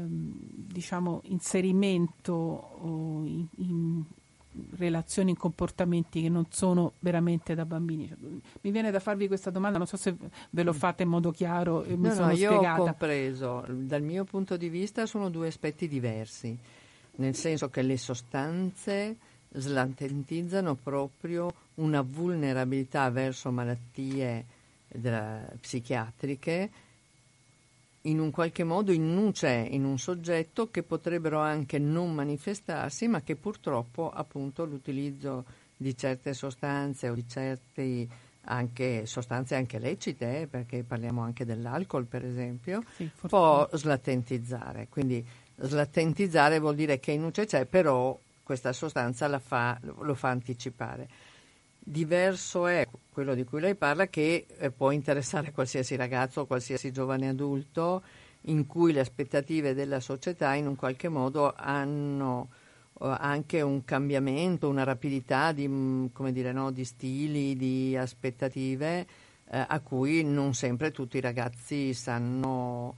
inserimento in relazioni, in comportamenti che non sono veramente da bambini. Mi viene da farvi questa domanda, non so se ve l'ho fatta in modo chiaro e mi sono spiegata. Io ho compreso. Dal mio punto di vista sono due aspetti diversi, nel senso che le sostanze slatentizzano proprio una vulnerabilità verso malattie psichiatriche, in un qualche modo in un soggetto, che potrebbero anche non manifestarsi, ma che purtroppo appunto l'utilizzo di certe sostanze o di certe anche sostanze anche lecite, perché parliamo anche dell'alcol per esempio, può slatentizzare. Quindi slatentizzare vuol dire che in nuce c'è, però questa sostanza lo fa anticipare. Diverso è quello di cui lei parla, che può interessare qualsiasi ragazzo o qualsiasi giovane adulto, in cui le aspettative della società in un qualche modo hanno anche un cambiamento, una rapidità di stili, di aspettative a cui non sempre tutti i ragazzi sanno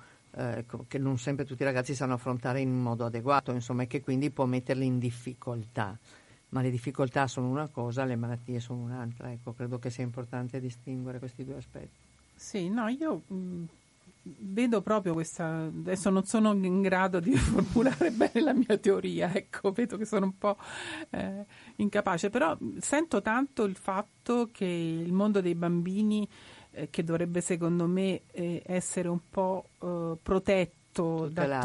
affrontare in modo adeguato, insomma, e che quindi può metterli in difficoltà. Ma le difficoltà sono una cosa, le malattie sono un'altra. Ecco, credo che sia importante distinguere questi due aspetti. Sì, no, io vedo proprio questa. Adesso non sono in grado di formulare bene la mia teoria, ecco, vedo che sono un po' incapace, però sento tanto il fatto che il mondo dei bambini, che dovrebbe secondo me essere un po' protetto da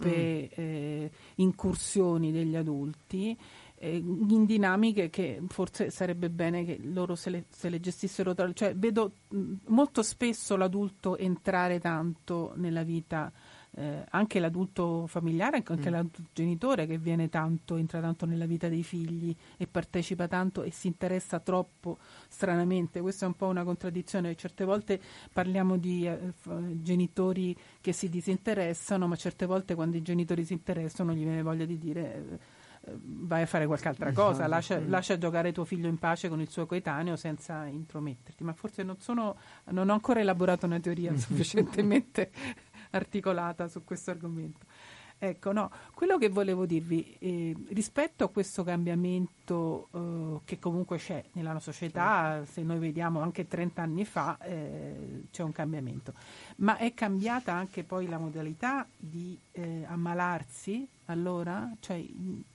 troppe incursioni degli adulti, in dinamiche che forse sarebbe bene che loro se le gestissero. Cioè, vedo molto spesso l'adulto entrare tanto nella vita, anche l'adulto familiare, anche l'adulto genitore che entra tanto nella vita dei figli e partecipa tanto e si interessa troppo, stranamente. Questa è un po' una contraddizione. Certe volte parliamo di genitori che si disinteressano, ma certe volte quando i genitori si interessano gli viene voglia di dire vai a fare qualche altra cosa, lascia giocare tuo figlio in pace con il suo coetaneo senza intrometterti. Ma forse non ho ancora elaborato una teoria sufficientemente articolata su questo argomento. Ecco, no, quello che volevo dirvi, rispetto a questo cambiamento che comunque c'è nella società, se noi vediamo anche 30 anni fa c'è un cambiamento, ma è cambiata anche poi la modalità di ammalarsi, allora? Cioè,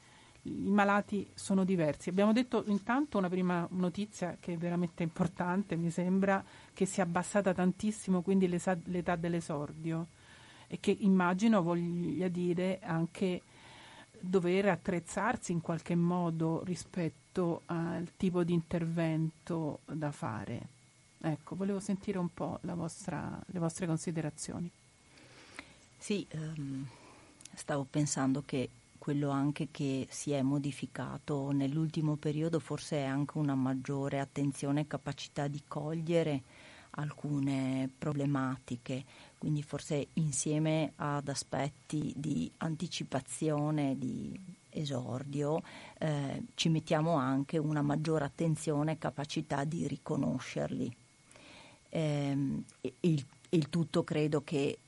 i malati sono diversi. Abbiamo detto intanto una prima notizia che è veramente importante, mi sembra, che si è abbassata tantissimo quindi l'età dell'esordio, e che immagino voglia dire anche dover attrezzarsi in qualche modo rispetto al tipo di intervento da fare. Ecco, volevo sentire un po' le vostre considerazioni. Sì, stavo pensando che quello anche che si è modificato nell'ultimo periodo forse è anche una maggiore attenzione e capacità di cogliere alcune problematiche, quindi forse insieme ad aspetti di anticipazione, di esordio, ci mettiamo anche una maggiore attenzione e capacità di riconoscerli. Il tutto credo che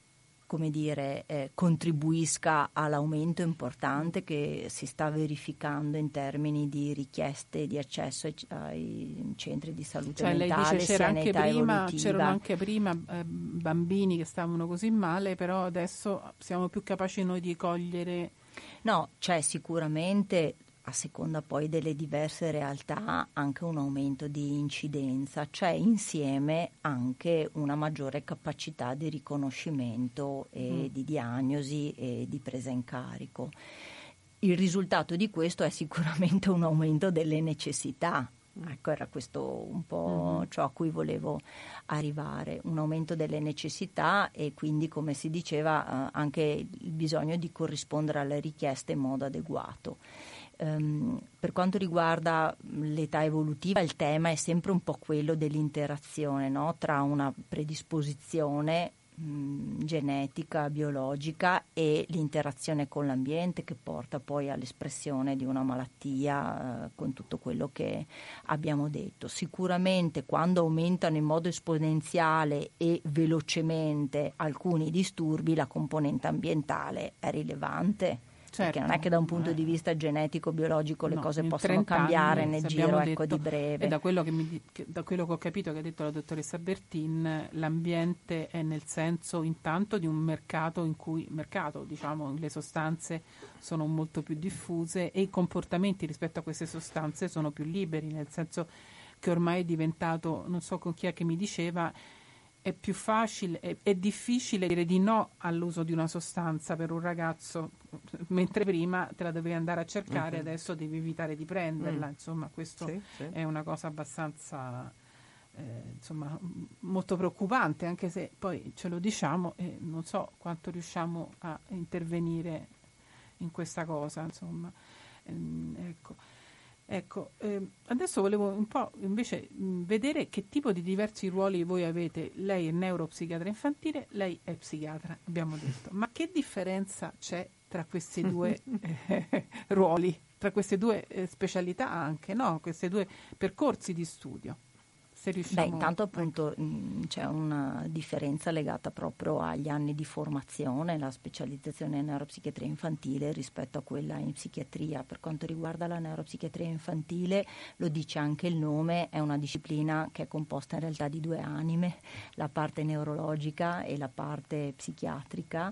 contribuisca all'aumento importante che si sta verificando in termini di richieste di accesso ai centri di salute mentale, lei dice c'erano anche prima bambini che stavano così male, però adesso siamo più capaci noi di cogliere. No, c'è sicuramente a seconda poi delle diverse realtà anche un aumento di incidenza, c'è insieme anche una maggiore capacità di riconoscimento e di diagnosi e di presa in carico. Il risultato di questo è sicuramente un aumento delle necessità. Ecco, era questo un po' ciò a cui volevo arrivare, un aumento delle necessità e quindi, come si diceva, anche il bisogno di corrispondere alle richieste in modo adeguato. Per quanto riguarda l'età evolutiva, il tema è sempre un po' quello dell'interazione, no? Tra una predisposizione genetica, biologica e l'interazione con l'ambiente che porta poi all'espressione di una malattia con tutto quello che abbiamo detto. Sicuramente quando aumentano in modo esponenziale e velocemente alcuni disturbi, la componente ambientale è rilevante. Perché non è che da un punto di vista genetico, biologico le cose possono cambiare nel giro di breve. E da quello che ho capito che ha detto la dottoressa Bertin, l'ambiente è nel senso intanto di un mercato in cui diciamo, le sostanze sono molto più diffuse e i comportamenti rispetto a queste sostanze sono più liberi, nel senso che ormai è diventato, non so con chi è che mi diceva, è più facile, è difficile dire di no all'uso di una sostanza per un ragazzo, mentre prima te la dovevi andare a cercare, adesso devi evitare di prenderla. Insomma, questo è una cosa abbastanza molto preoccupante, anche se poi ce lo diciamo e non so quanto riusciamo a intervenire in questa cosa, insomma. Ecco, adesso volevo un po' invece vedere che tipo di diversi ruoli voi avete. Lei è neuropsichiatra infantile, lei è psichiatra, abbiamo detto. Ma che differenza c'è tra questi due ruoli, tra queste due specialità anche, no? Questi due percorsi di studio? Se riusciamo, intanto appunto c'è una differenza legata proprio agli anni di formazione, la specializzazione in neuropsichiatria infantile rispetto a quella in psichiatria. Per quanto riguarda la neuropsichiatria infantile, lo dice anche il nome, è una disciplina che è composta in realtà di due anime, la parte neurologica e la parte psichiatrica,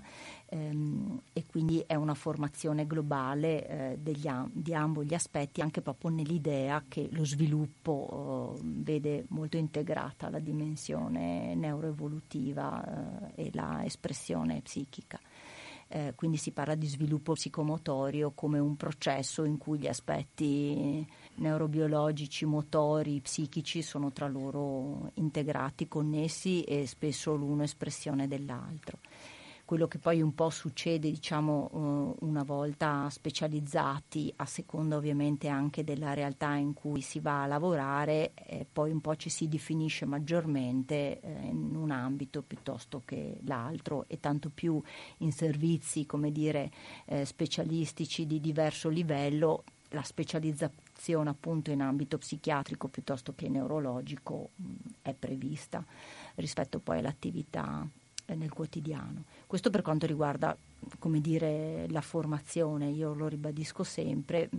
e quindi è una formazione globale di ambo gli aspetti, anche proprio nell'idea che lo sviluppo vede molto integrata la dimensione neuroevolutiva e la espressione psichica. Quindi si parla di sviluppo psicomotorio come un processo in cui gli aspetti neurobiologici, motori, psichici sono tra loro integrati, connessi e spesso l'uno espressione dell'altro. Quello che poi un po' succede, diciamo, una volta specializzati, a seconda ovviamente anche della realtà in cui si va a lavorare, poi un po' ci si definisce maggiormente in un ambito piuttosto che l'altro, e tanto più in servizi, come dire, specialistici di diverso livello. La specializzazione appunto in ambito psichiatrico piuttosto che neurologico è prevista rispetto poi all'attività nel quotidiano. Questo per quanto riguarda, come dire, la formazione. Io lo ribadisco sempre,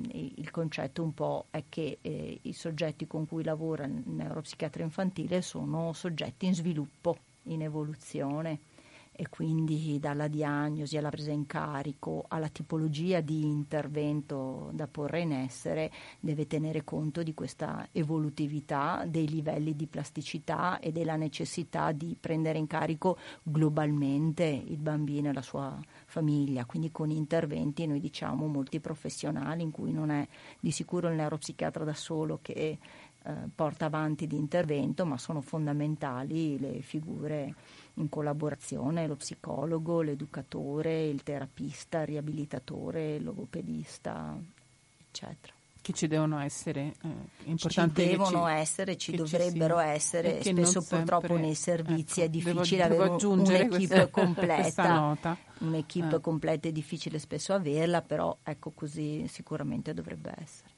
il concetto un po' è che i soggetti con cui lavora il neuropsichiatra infantile sono soggetti in sviluppo, in evoluzione, e quindi dalla diagnosi alla presa in carico alla tipologia di intervento da porre in essere deve tenere conto di questa evolutività, dei livelli di plasticità e della necessità di prendere in carico globalmente il bambino e la sua famiglia, quindi con interventi, noi diciamo, multiprofessionali, in cui non è di sicuro il neuropsichiatra da solo che porta avanti l'intervento, ma sono fondamentali le figure in collaborazione, lo psicologo, l'educatore, il terapista, il riabilitatore, il logopedista, eccetera. Che ci devono essere, importante ci devono essere, ci dovrebbero essere, spesso purtroppo nei servizi è difficile avere un'equipe completa, un'equipe completa è difficile spesso averla, però ecco, così sicuramente dovrebbe essere.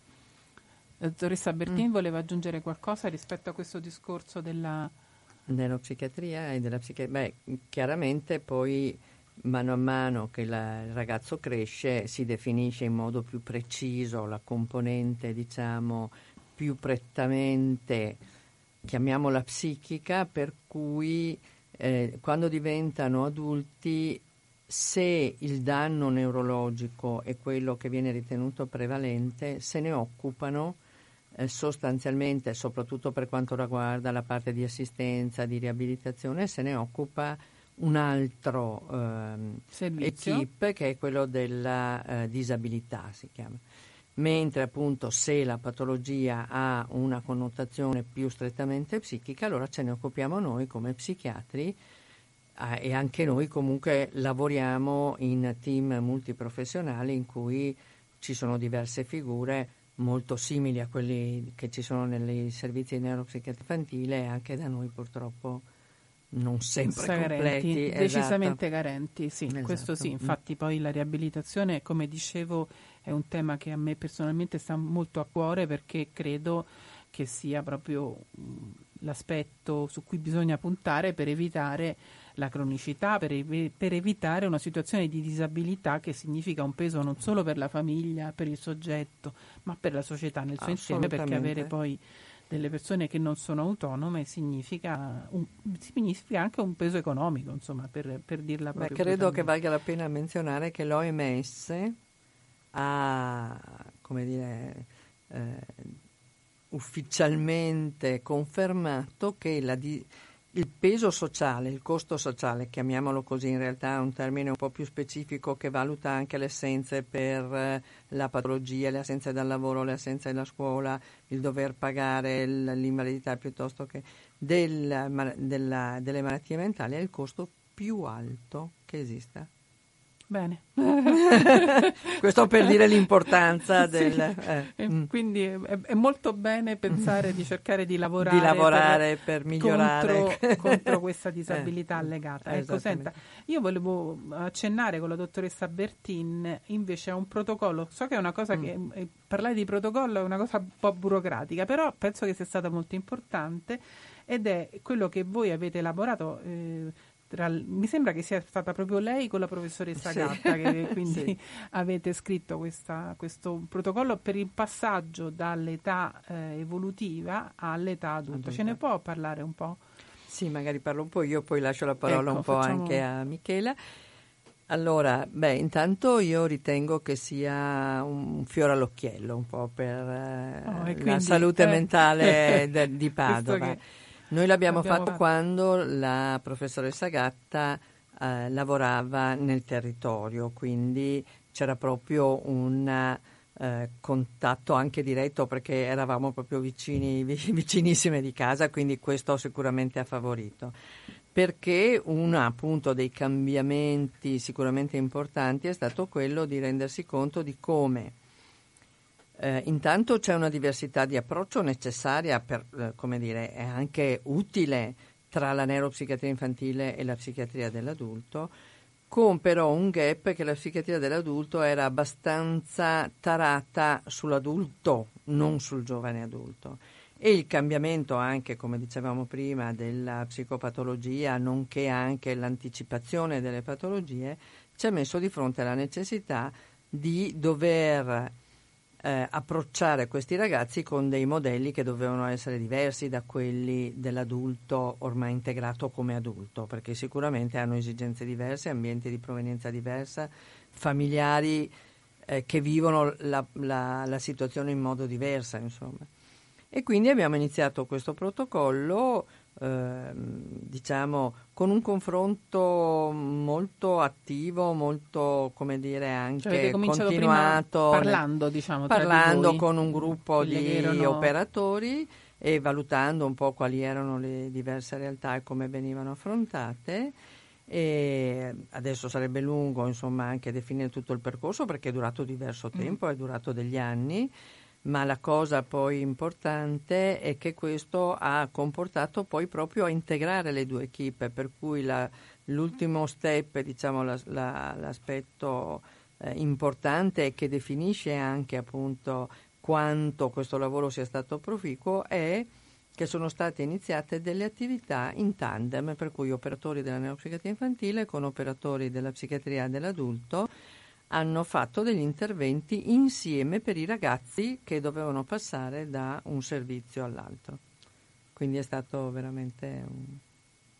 La dottoressa Bertin voleva aggiungere qualcosa rispetto a questo discorso della psichiatria e della psichiatria? Chiaramente poi mano a mano che il ragazzo cresce si definisce in modo più preciso la componente, diciamo, più prettamente, chiamiamola psichica, per cui quando diventano adulti se il danno neurologico è quello che viene ritenuto prevalente, se ne occupano sostanzialmente, soprattutto per quanto riguarda la parte di assistenza, di riabilitazione, se ne occupa un altro equip, che è quello della disabilità, si chiama. Mentre appunto se la patologia ha una connotazione più strettamente psichica, allora ce ne occupiamo noi come psichiatri, e anche noi comunque lavoriamo in team multiprofessionali in cui ci sono diverse figure molto simili a quelli che ci sono nei servizi di neuropsichiatria infantile, e anche da noi purtroppo non sempre completi, decisamente esatto. Carenti, sì, Esatto. Questo sì. Infatti poi la riabilitazione, come dicevo, è un tema che a me personalmente sta molto a cuore, perché credo che sia proprio l'aspetto su cui bisogna puntare per evitare la cronicità, per evitare una situazione di disabilità che significa un peso non solo per la famiglia, per il soggetto, ma per la società nel suo insieme, perché avere poi delle persone che non sono autonome significa anche un peso economico, insomma, per dirla proprio. Credo che valga la pena menzionare che l'OMS ha, come dire, ufficialmente confermato che il peso sociale, il costo sociale, chiamiamolo così, in realtà è un termine un po' più specifico che valuta anche le assenze per la patologia, le assenze dal lavoro, le assenze dalla scuola, il dover pagare l'invalidità piuttosto che delle malattie mentali, è il costo più alto che esista. Bene. Questo per dire l'importanza quindi è molto bene pensare di cercare di lavorare per migliorare contro questa disabilità legata. Ecco, senta, io volevo accennare con la dottoressa Bertin invece a un protocollo. So che è una cosa che parlare di protocollo è una cosa un po' burocratica, però penso che sia stata molto importante, ed è quello che voi avete elaborato. Mi sembra che sia stata proprio lei con la professoressa Gatta che quindi avete scritto questo protocollo per il passaggio dall'età evolutiva all'età adulta. Ce ne può parlare un po'? Sì, magari parlo un po' io, poi lascio la parola un po' anche a Michela. Allora, intanto io ritengo che sia un fiore all'occhiello un po' per la salute mentale di Padova. Noi l'abbiamo fatto quando la professoressa Gatta lavorava nel territorio, quindi c'era proprio un contatto anche diretto, perché eravamo proprio vicinissime di casa, quindi questo sicuramente ha favorito. Perché uno appunto dei cambiamenti sicuramente importanti è stato quello di rendersi conto di come intanto c'è una diversità di approccio necessaria per, come dire, è anche utile tra la neuropsichiatria infantile e la psichiatria dell'adulto, con però un gap che la psichiatria dell'adulto era abbastanza tarata sull'adulto, non sul giovane adulto. E il cambiamento anche, come dicevamo prima, della psicopatologia, nonché anche l'anticipazione delle patologie, ci ha messo di fronte alla necessità di dover approcciare questi ragazzi con dei modelli che dovevano essere diversi da quelli dell'adulto ormai integrato come adulto, perché sicuramente hanno esigenze diverse, ambienti di provenienza diversa, familiari che vivono la situazione in modo diverso, insomma. E quindi abbiamo iniziato questo protocollo diciamo con un confronto molto attivo, molto, come dire, anche continuato, parlando con un gruppo di operatori e valutando un po' quali erano le diverse realtà e come venivano affrontate. E adesso sarebbe lungo, insomma, anche definire tutto il percorso, perché è durato diverso tempo, è durato degli anni. Ma la cosa poi importante è che questo ha comportato poi proprio a integrare le due equipe, per cui l'ultimo step, diciamo l'aspetto importante e che definisce anche appunto quanto questo lavoro sia stato proficuo è che sono state iniziate delle attività in tandem, per cui operatori della neuropsichiatria infantile con operatori della psichiatria dell'adulto hanno fatto degli interventi insieme per i ragazzi che dovevano passare da un servizio all'altro. Quindi è stato veramente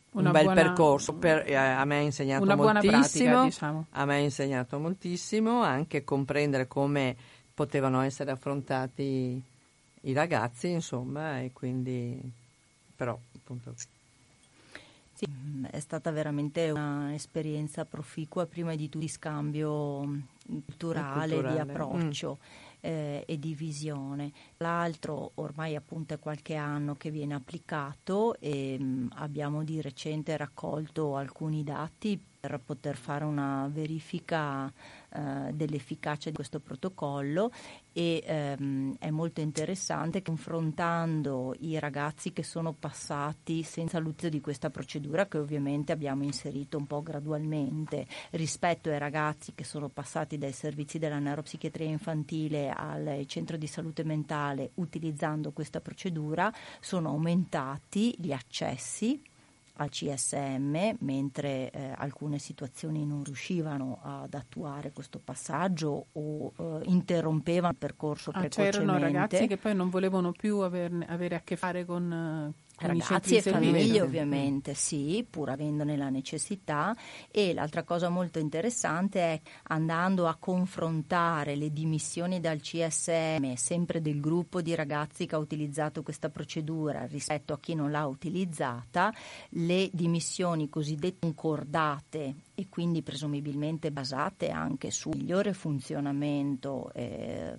un bel percorso. A me ha insegnato una buona moltissimo, pratica, diciamo. A me ha insegnato moltissimo anche comprendere come potevano essere affrontati i ragazzi, insomma, e quindi però appunto sì, è stata veramente un'esperienza proficua, prima di tutto di scambio culturale, di approccio e di visione. L'altro ormai appunto è qualche anno che viene applicato e abbiamo di recente raccolto alcuni dati per poter fare una verifica dell'efficacia di questo protocollo e è molto interessante, confrontando i ragazzi che sono passati senza l'utilizzo di questa procedura, che ovviamente abbiamo inserito un po' gradualmente, rispetto ai ragazzi che sono passati dai servizi della neuropsichiatria infantile al centro di salute mentale utilizzando questa procedura. Sono aumentati gli accessi al CSM, mentre alcune situazioni non riuscivano ad attuare questo passaggio o interrompevano il percorso precocemente. C'erano ragazzi che poi non volevano più avere a che fare con ragazzi e famiglie, ovviamente, sì, pur avendone la necessità. E l'altra cosa molto interessante è, andando a confrontare le dimissioni dal CSM sempre del gruppo di ragazzi che ha utilizzato questa procedura rispetto a chi non l'ha utilizzata, le dimissioni cosiddette concordate e quindi presumibilmente basate anche sul migliore funzionamento e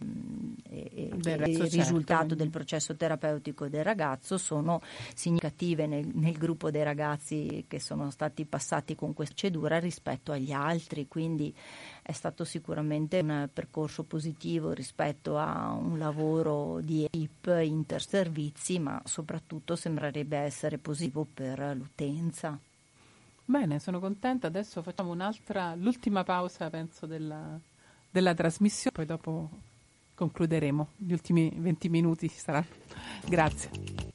il risultato del processo terapeutico del ragazzo, sono significative nel gruppo dei ragazzi che sono stati passati con questa procedura rispetto agli altri, quindi è stato sicuramente un percorso positivo rispetto a un lavoro di equipe interservizi, ma soprattutto sembrerebbe essere positivo per l'utenza. Bene, sono contenta. Adesso facciamo l'ultima pausa, penso, della trasmissione, poi dopo concluderemo. Gli ultimi 20 minuti ci saranno. Grazie.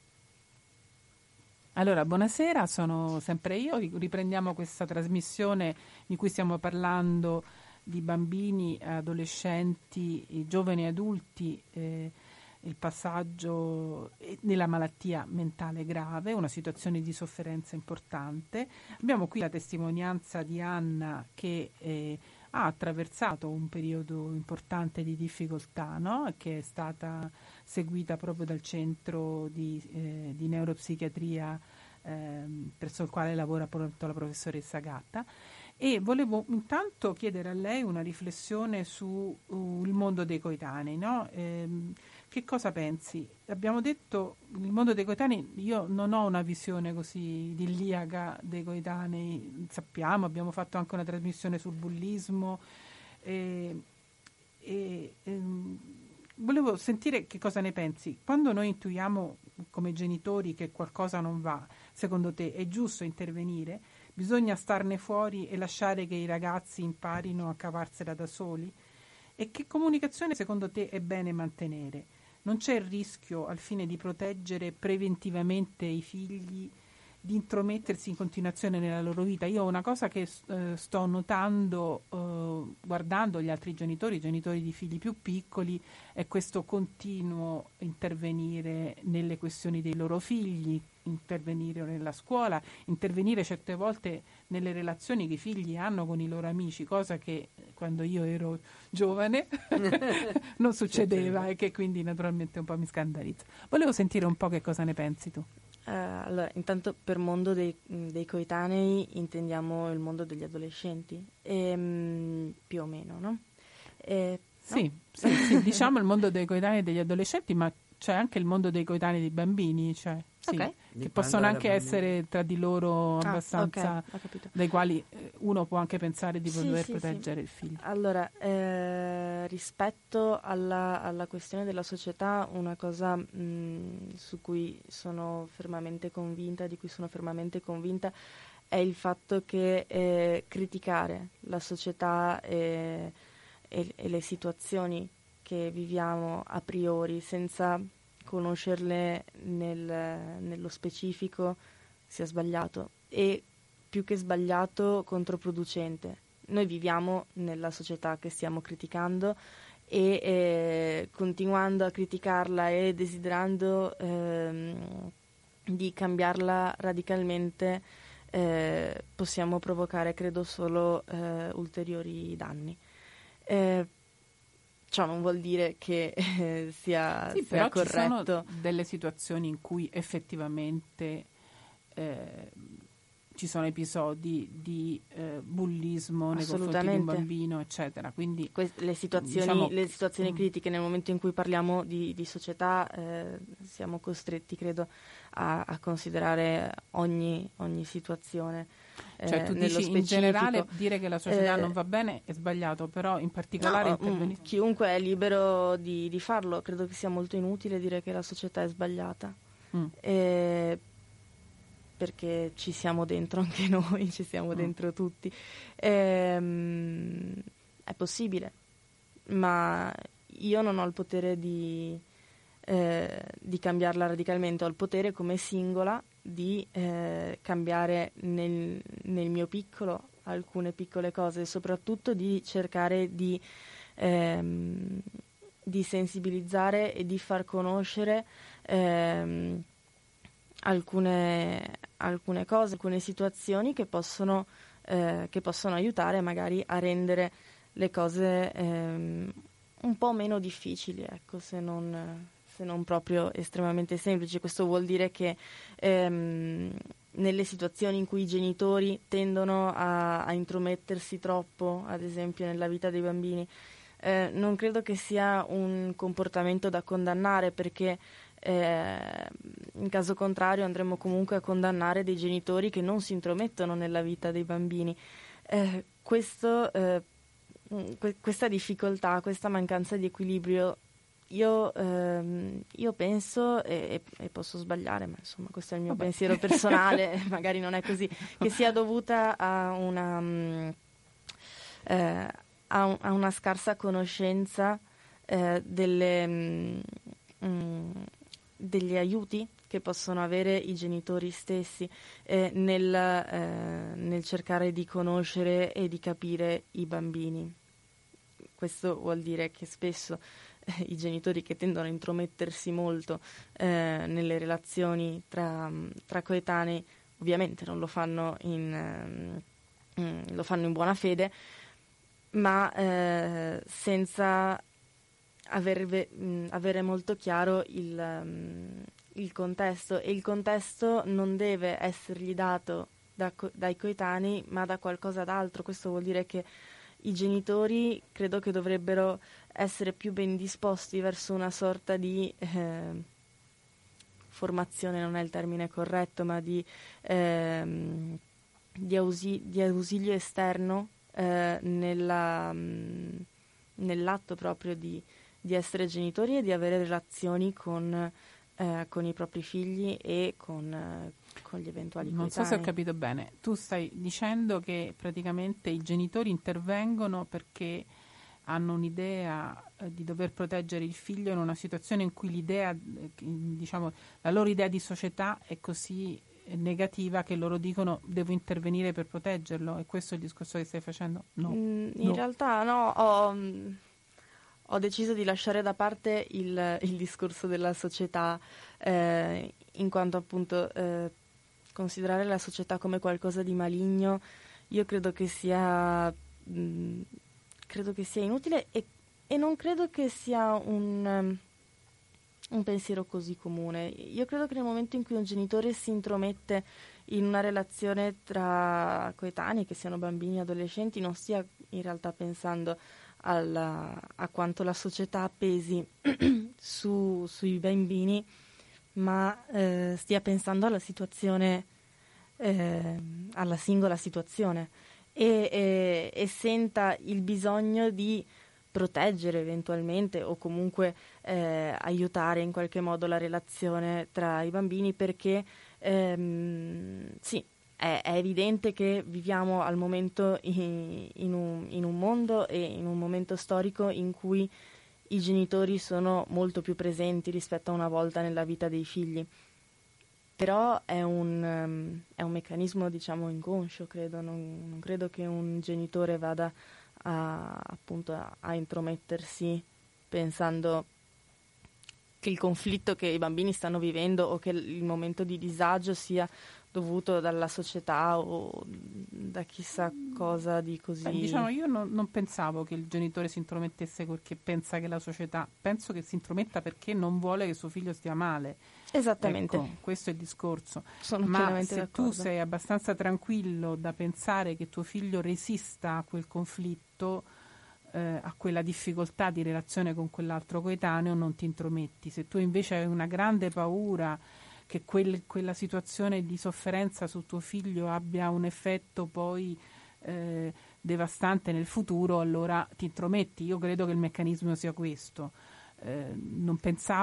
Allora, buonasera, sono sempre io. Riprendiamo questa trasmissione in cui stiamo parlando di bambini, adolescenti, giovani e adulti, il passaggio nella malattia mentale grave, una situazione di sofferenza importante. Abbiamo qui la testimonianza di Anna che ha attraversato un periodo importante di difficoltà, no? Che è stata seguita proprio dal centro di neuropsichiatria presso il quale lavora appunto la professoressa Gatta. E volevo intanto chiedere a lei una riflessione sul mondo dei coetanei, no? Che cosa pensi? Abbiamo detto, il mondo dei coetanei, io non ho una visione così idilliaca dei coetanei, sappiamo, abbiamo fatto anche una trasmissione sul bullismo volevo sentire che cosa ne pensi. Quando noi intuiamo come genitori che qualcosa non va, secondo te è giusto intervenire? Bisogna starne fuori e lasciare che i ragazzi imparino a cavarsela da soli? E che comunicazione secondo te è bene mantenere? Non c'è il rischio, al fine di proteggere preventivamente i figli, di intromettersi in continuazione nella loro vita? Io ho una cosa che sto notando guardando gli altri genitori, i genitori di figli più piccoli, è questo continuo intervenire nelle questioni dei loro figli, intervenire nella scuola, intervenire certe volte nelle relazioni che i figli hanno con i loro amici, cosa che quando io ero giovane non succedeva e che quindi naturalmente un po' mi scandalizza. Volevo sentire un po' che cosa ne pensi tu. Allora, intanto per mondo dei coetanei intendiamo il mondo degli adolescenti, più o meno, no? Sì, sì, diciamo il mondo dei coetanei e degli adolescenti, ma c'è anche il mondo dei coetanei dei bambini, cioè, sì, okay, che possono anche essere tra di loro abbastanza, okay, dai quali uno può anche pensare di poter proteggere il figlio. Allora, rispetto alla questione della società, una cosa su cui sono fermamente convinta, di cui sono fermamente convinta, è il fatto che criticare la società e le situazioni che viviamo a priori senza conoscerle nello specifico sia sbagliato, e più che sbagliato, controproducente. Noi viviamo nella società che stiamo criticando e continuando a criticarla e desiderando di cambiarla radicalmente possiamo provocare, credo, solo ulteriori danni. Ciò non vuol dire che sia però corretto. Ci sono delle situazioni in cui effettivamente ci sono episodi di bullismo nei confronti di un bambino, eccetera. Quindi le situazioni critiche, nel momento in cui parliamo di società, siamo costretti, credo, a considerare ogni situazione. Cioè tu dici in generale dire che la società non va bene è sbagliato, però in particolare intervenire. Chiunque è libero di farlo, credo che sia molto inutile dire che la società è sbagliata. Perché ci siamo dentro anche noi, ci siamo dentro tutti. È possibile, ma io non ho il potere di cambiarla radicalmente, ho il potere come singola di cambiare nel mio piccolo alcune piccole cose, e soprattutto di cercare di sensibilizzare e di far conoscere alcune cose, alcune situazioni che possono aiutare magari a rendere le cose un po' meno difficili, ecco, se non proprio estremamente semplici. Questo vuol dire che nelle situazioni in cui i genitori tendono a intromettersi troppo, ad esempio nella vita dei bambini, non credo che sia un comportamento da condannare, perché in caso contrario andremo comunque a condannare dei genitori che non si intromettono nella vita dei bambini. Questa difficoltà, questa mancanza di equilibrio, io penso, e posso sbagliare, ma insomma questo è il mio pensiero personale, magari non è così, che sia dovuta a una scarsa conoscenza degli aiuti che possono avere i genitori stessi nel cercare di conoscere e di capire i bambini. Questo vuol dire che spesso i genitori che tendono a intromettersi molto nelle relazioni tra coetanei, ovviamente non lo fanno in buona fede, ma senza avere molto chiaro il contesto, e il contesto non deve essergli dato dai coetanei, ma da qualcosa d'altro. Questo vuol dire che i genitori credo che dovrebbero essere più ben disposti verso una sorta di formazione, non è il termine corretto, ma di ausilio esterno nell'atto proprio di essere genitori e di avere relazioni con i propri figli e con gli eventuali coetanei. Non so se ho capito bene. Tu stai dicendo che praticamente i genitori intervengono perché hanno un'idea di dover proteggere il figlio in una situazione in cui l'idea, diciamo, la loro idea di società è così negativa che loro dicono devo intervenire per proteggerlo. E questo è il discorso che stai facendo? No. In realtà no, ho deciso di lasciare da parte il discorso della società, in quanto appunto considerare la società come qualcosa di maligno, io credo che sia inutile, e non credo che sia un pensiero così comune. Io credo che nel momento in cui un genitore si intromette in una relazione tra coetanei, che siano bambini o adolescenti, non stia in realtà pensando a quanto la società pesi sui bambini, ma stia pensando alla situazione, alla singola situazione, e senta il bisogno di proteggere eventualmente o comunque aiutare in qualche modo la relazione tra i bambini, perché sì, è evidente che viviamo al momento in un mondo e in un momento storico in cui i genitori sono molto più presenti rispetto a una volta nella vita dei figli. Però è un meccanismo, diciamo, inconscio, credo. Non credo che un genitore vada appunto a intromettersi pensando che il conflitto che i bambini stanno vivendo o che il momento di disagio sia dovuto dalla società o da chissà cosa di così. Beh, diciamo, io non pensavo che il genitore si intromettesse perché pensa che la società, penso che si intrometta perché non vuole che suo figlio stia male. Esattamente. Ecco, questo è il discorso. Sono Ma pienamente se d'accordo. tu sei abbastanza tranquillo da pensare che tuo figlio resista a quel conflitto, a quella difficoltà di relazione con quell'altro coetaneo, non ti intrometti. Se tu invece hai una grande paura che quella situazione di sofferenza su tuo figlio abbia un effetto poi devastante nel futuro, allora ti intrometti. Io credo che il meccanismo sia questo. Non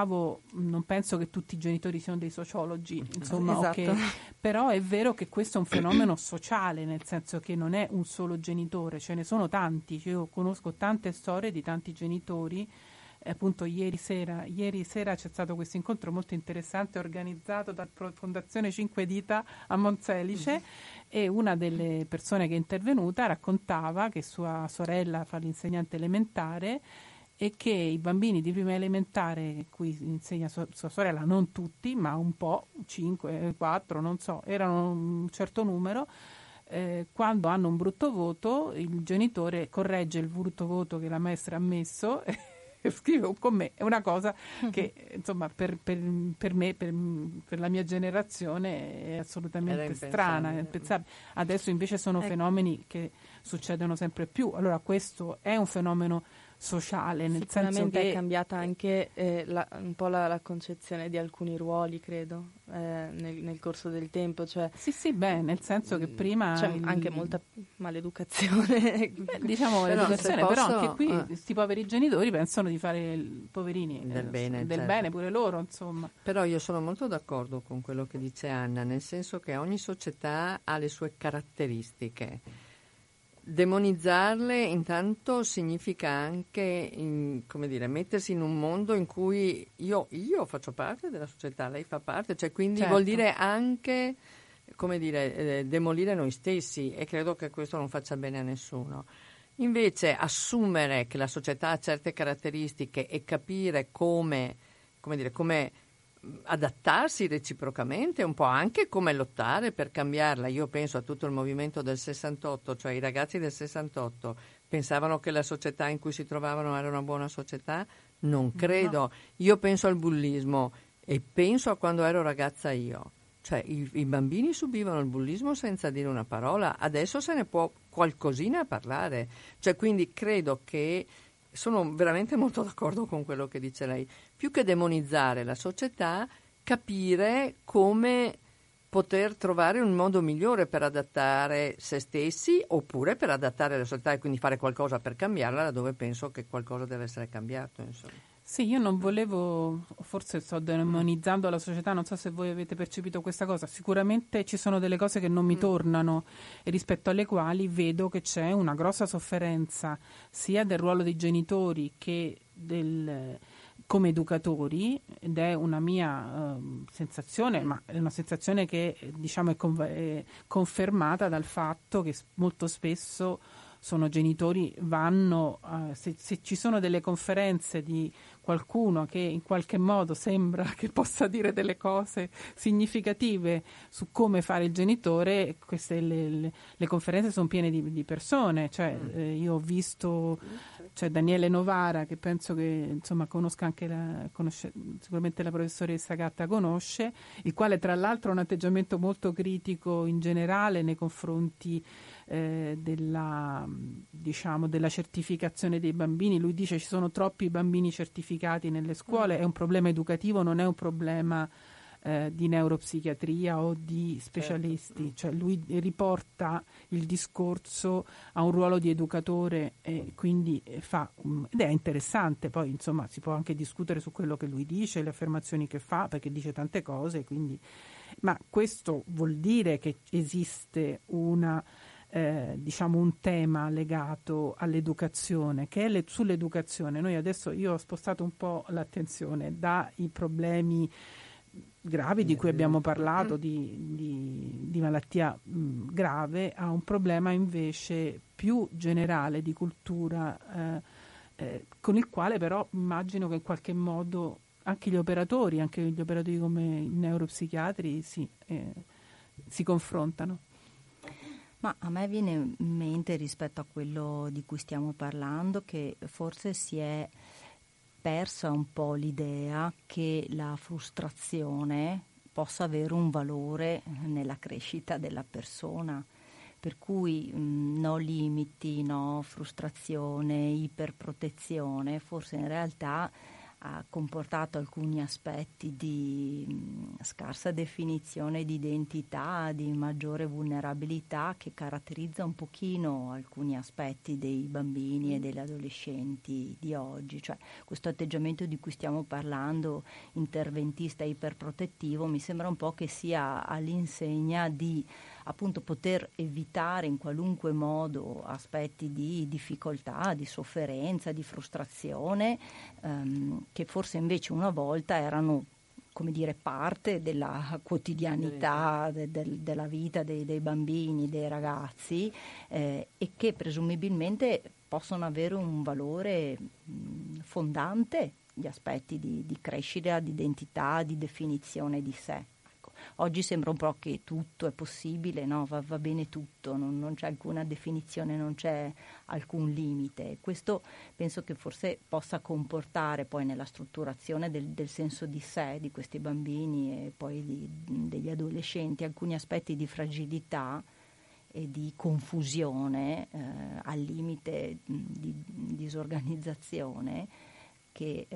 penso che tutti i genitori siano dei sociologi, insomma, esatto. però è vero che questo è un fenomeno sociale, nel senso che non è un solo genitore, ce ne sono tanti. Io conosco tante storie di tanti genitori. Appunto ieri sera c'è stato questo incontro molto interessante organizzato da Fondazione Cinque Dita a Monselice, e una delle persone che è intervenuta raccontava che sua sorella fa l'insegnante elementare e che i bambini di prima elementare, cui insegna sua sorella, non tutti ma un po', 5, 4, non so, erano un certo numero, quando hanno un brutto voto il genitore corregge il brutto voto che la maestra ha messo e scrive un commento. È una cosa che insomma per me, per la mia generazione è assolutamente strana, è impensabile. Adesso invece sono fenomeni che succedono sempre più. Allora questo è un fenomeno sociale, nel senso che è cambiata anche un po' la concezione di alcuni ruoli, credo, nel corso del tempo. Cioè, sì, nel senso che prima c'è anche molta maleducazione. Diciamo l'educazione, però anche qui Ah. questi poveri genitori pensano di fare poverini Del bene, certo. bene pure loro, insomma. Però io sono molto d'accordo con quello che dice Anna, nel senso che ogni società ha le sue caratteristiche. Demonizzarle intanto significa anche, come dire, mettersi in un mondo in cui io faccio parte della società, lei fa parte, cioè quindi Certo. vuol dire anche, come dire, demolire noi stessi, e credo che questo non faccia bene a nessuno. Invece assumere che la società ha certe caratteristiche e capire come adattarsi reciprocamente, un po' anche come lottare per cambiarla. Io penso a tutto il movimento del 68, cioè i ragazzi del 68 pensavano che la società in cui si trovavano era una buona società? Non credo. No. Io penso al bullismo e penso a quando ero ragazza io. Cioè i bambini subivano il bullismo senza dire una parola, adesso se ne può qualcosina parlare. Cioè quindi credo che sono veramente molto d'accordo con quello che dice lei. Più che demonizzare la società, capire come poter trovare un modo migliore per adattare se stessi oppure per adattare la società e quindi fare qualcosa per cambiarla laddove penso che qualcosa deve essere cambiato, insomma. Sì, io non volevo, forse sto demonizzando la società, non so se voi avete percepito questa cosa, sicuramente ci sono delle cose che non mi tornano e rispetto alle quali vedo che c'è una grossa sofferenza sia del ruolo dei genitori che come educatori, ed è una mia sensazione, ma è una sensazione che diciamo è confermata dal fatto che molto spesso sono genitori, vanno, se ci sono delle conferenze di qualcuno che in qualche modo sembra che possa dire delle cose significative su come fare il genitore, queste le conferenze sono piene di persone, cioè io ho visto Daniele Novara, che penso che insomma conosca anche sicuramente la professoressa Gatta conosce, il quale tra l'altro ha un atteggiamento molto critico in generale nei confronti della certificazione dei bambini. Lui dice ci sono troppi bambini certificati nelle scuole, è un problema educativo, non è un problema di neuropsichiatria o di specialisti, cioè lui riporta il discorso a un ruolo di educatore e quindi ed è interessante. Poi insomma si può anche discutere su quello che lui dice, le affermazioni che fa, perché dice tante cose, quindi ma questo vuol dire che esiste un tema legato all'educazione, che è sull'educazione. Io ho spostato un po' l'attenzione dai problemi gravi di cui abbiamo parlato, di malattia grave, a un problema invece più generale di cultura, con il quale però immagino che in qualche modo anche gli operatori come i neuropsichiatri si confrontano? Ma a me viene in mente, rispetto a quello di cui stiamo parlando, che forse si è persa un po' l'idea che la frustrazione possa avere un valore nella crescita della persona, per cui no limiti, no frustrazione, iperprotezione, forse in realtà ha comportato alcuni aspetti di scarsa definizione di identità, di maggiore vulnerabilità, che caratterizza un pochino alcuni aspetti dei bambini e degli adolescenti di oggi. Cioè, questo atteggiamento di cui stiamo parlando, interventista iperprotettivo, mi sembra un po' che sia all'insegna di appunto poter evitare in qualunque modo aspetti di difficoltà, di sofferenza, di frustrazione, che forse invece una volta erano, come dire, parte della quotidianità della vita dei bambini, dei ragazzi, e che presumibilmente possono avere un valore fondante, gli aspetti di crescita, di identità, di definizione di sé. Oggi sembra un po' che tutto è possibile, no? Va bene tutto, non c'è alcuna definizione, non c'è alcun limite. Questo penso che forse possa comportare poi nella strutturazione del senso di sé di questi bambini e poi degli adolescenti alcuni aspetti di fragilità e di confusione, al limite di disorganizzazione, che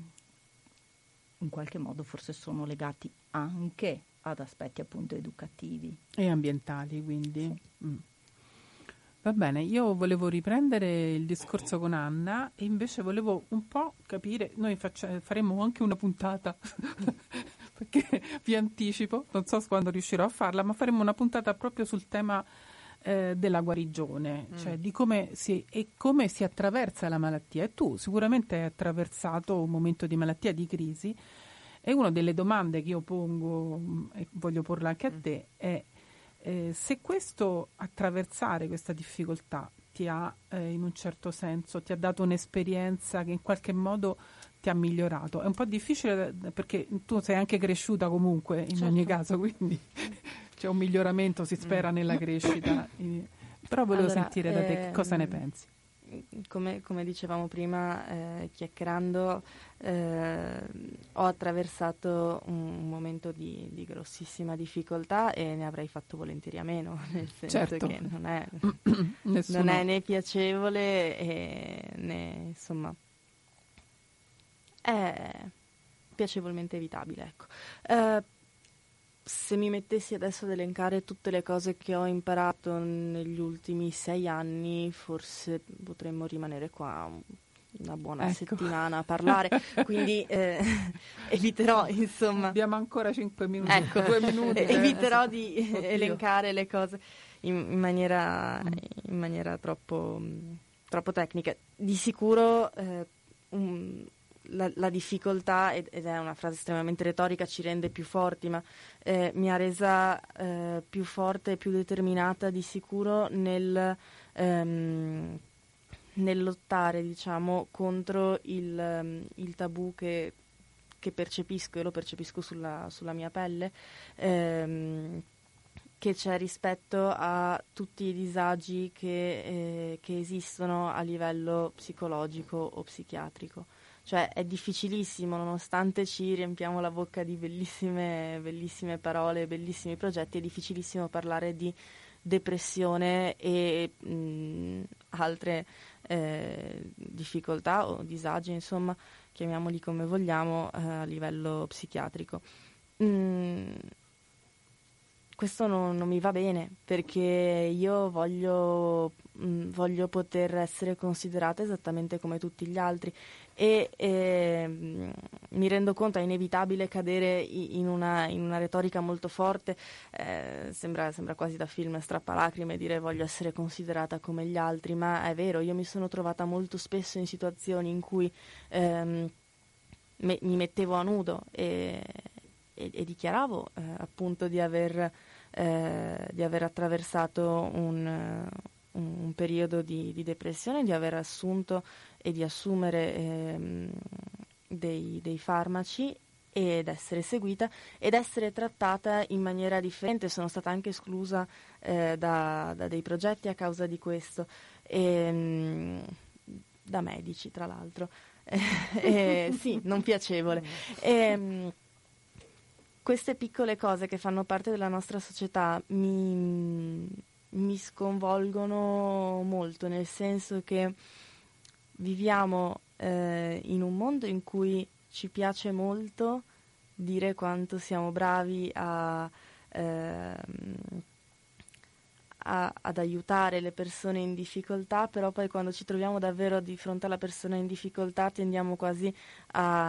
in qualche modo forse sono legati anche ad aspetti appunto educativi e ambientali, quindi. Sì. Va bene, io volevo riprendere il discorso con Anna e invece volevo un po' capire, noi faremo anche una puntata perché vi anticipo, non so quando riuscirò a farla, ma faremo una puntata proprio sul tema della guarigione, cioè di come si attraversa la malattia. E tu sicuramente hai attraversato un momento di malattia, di crisi, e una delle domande che io pongo, e voglio porla anche a te, è se questo attraversare questa difficoltà ti ha in un certo senso ti ha dato un'esperienza che in qualche modo ti ha migliorato. È un po' difficile perché tu sei anche cresciuta comunque in ogni caso, quindi c'è un miglioramento, si spera, nella crescita. Però volevo sentire da te che cosa ne pensi. Come dicevamo prima, chiacchierando, ho attraversato un momento di grossissima difficoltà e ne avrei fatto volentieri a meno, nel senso che non è né piacevole né, insomma, è piacevolmente evitabile, ecco. Se mi mettessi adesso ad elencare tutte le cose che ho imparato negli ultimi 6 anni, forse potremmo rimanere qua una buona settimana a parlare, quindi eviterò, insomma. Abbiamo ancora 5 minuti, ecco, 2 minuti. Eviterò di elencare le cose in maniera troppo tecnica. Di sicuro la difficoltà, ed è una frase estremamente retorica, ci rende più forti, ma mi ha resa più forte e più determinata di sicuro nel lottare, diciamo, contro il tabù che percepisco, e lo percepisco sulla mia pelle, che c'è rispetto a tutti i disagi che esistono a livello psicologico o psichiatrico. Cioè è difficilissimo, nonostante ci riempiamo la bocca di bellissime parole, bellissimi progetti, è difficilissimo parlare di depressione e altre difficoltà o disagi, insomma, chiamiamoli come vogliamo, a livello psichiatrico. Questo non mi va bene, perché io voglio poter essere considerata esattamente come tutti gli altri e mi rendo conto, è inevitabile cadere in una retorica molto forte, sembra quasi da film strappalacrime dire voglio essere considerata come gli altri, ma è vero, io mi sono trovata molto spesso in situazioni in cui mi mettevo a nudo e dichiaravo appunto di aver attraversato un periodo di depressione, di aver assunto e di assumere dei farmaci, ed essere seguita ed essere trattata in maniera differente. Sono stata anche esclusa da dei progetti a causa di questo, da medici tra l'altro. Sì, non piacevole. Queste piccole cose che fanno parte della nostra società mi sconvolgono molto, nel senso che viviamo in un mondo in cui ci piace molto dire quanto siamo bravi ad aiutare le persone in difficoltà, però poi quando ci troviamo davvero di fronte alla persona in difficoltà tendiamo quasi a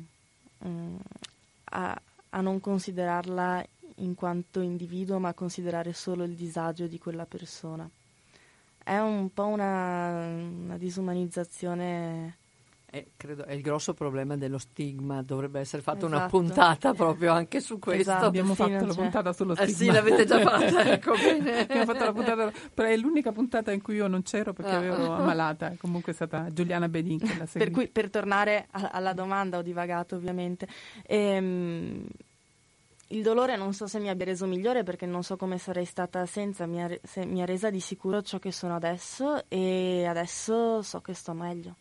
non considerarla in quanto individuo, ma a considerare solo il disagio di quella persona. È un po' una disumanizzazione. Credo è il grosso problema dello stigma, dovrebbe essere fatta una Esatto. puntata proprio anche su questo. Esatto. Abbiamo Sì, fatto non la c'è. puntata sullo stigma. Sì, l'avete già fatta, ecco bene. Abbiamo fatto la puntata, però è l'unica puntata in cui io non c'ero perché avevo ammalata, comunque è stata Giuliana Bedin che l'ha seguita. Per cui, per tornare alla domanda, ho divagato ovviamente. Il dolore non so se mi abbia reso migliore, perché non so come sarei stata senza, mi ha resa di sicuro ciò che sono adesso, e adesso so che sto meglio.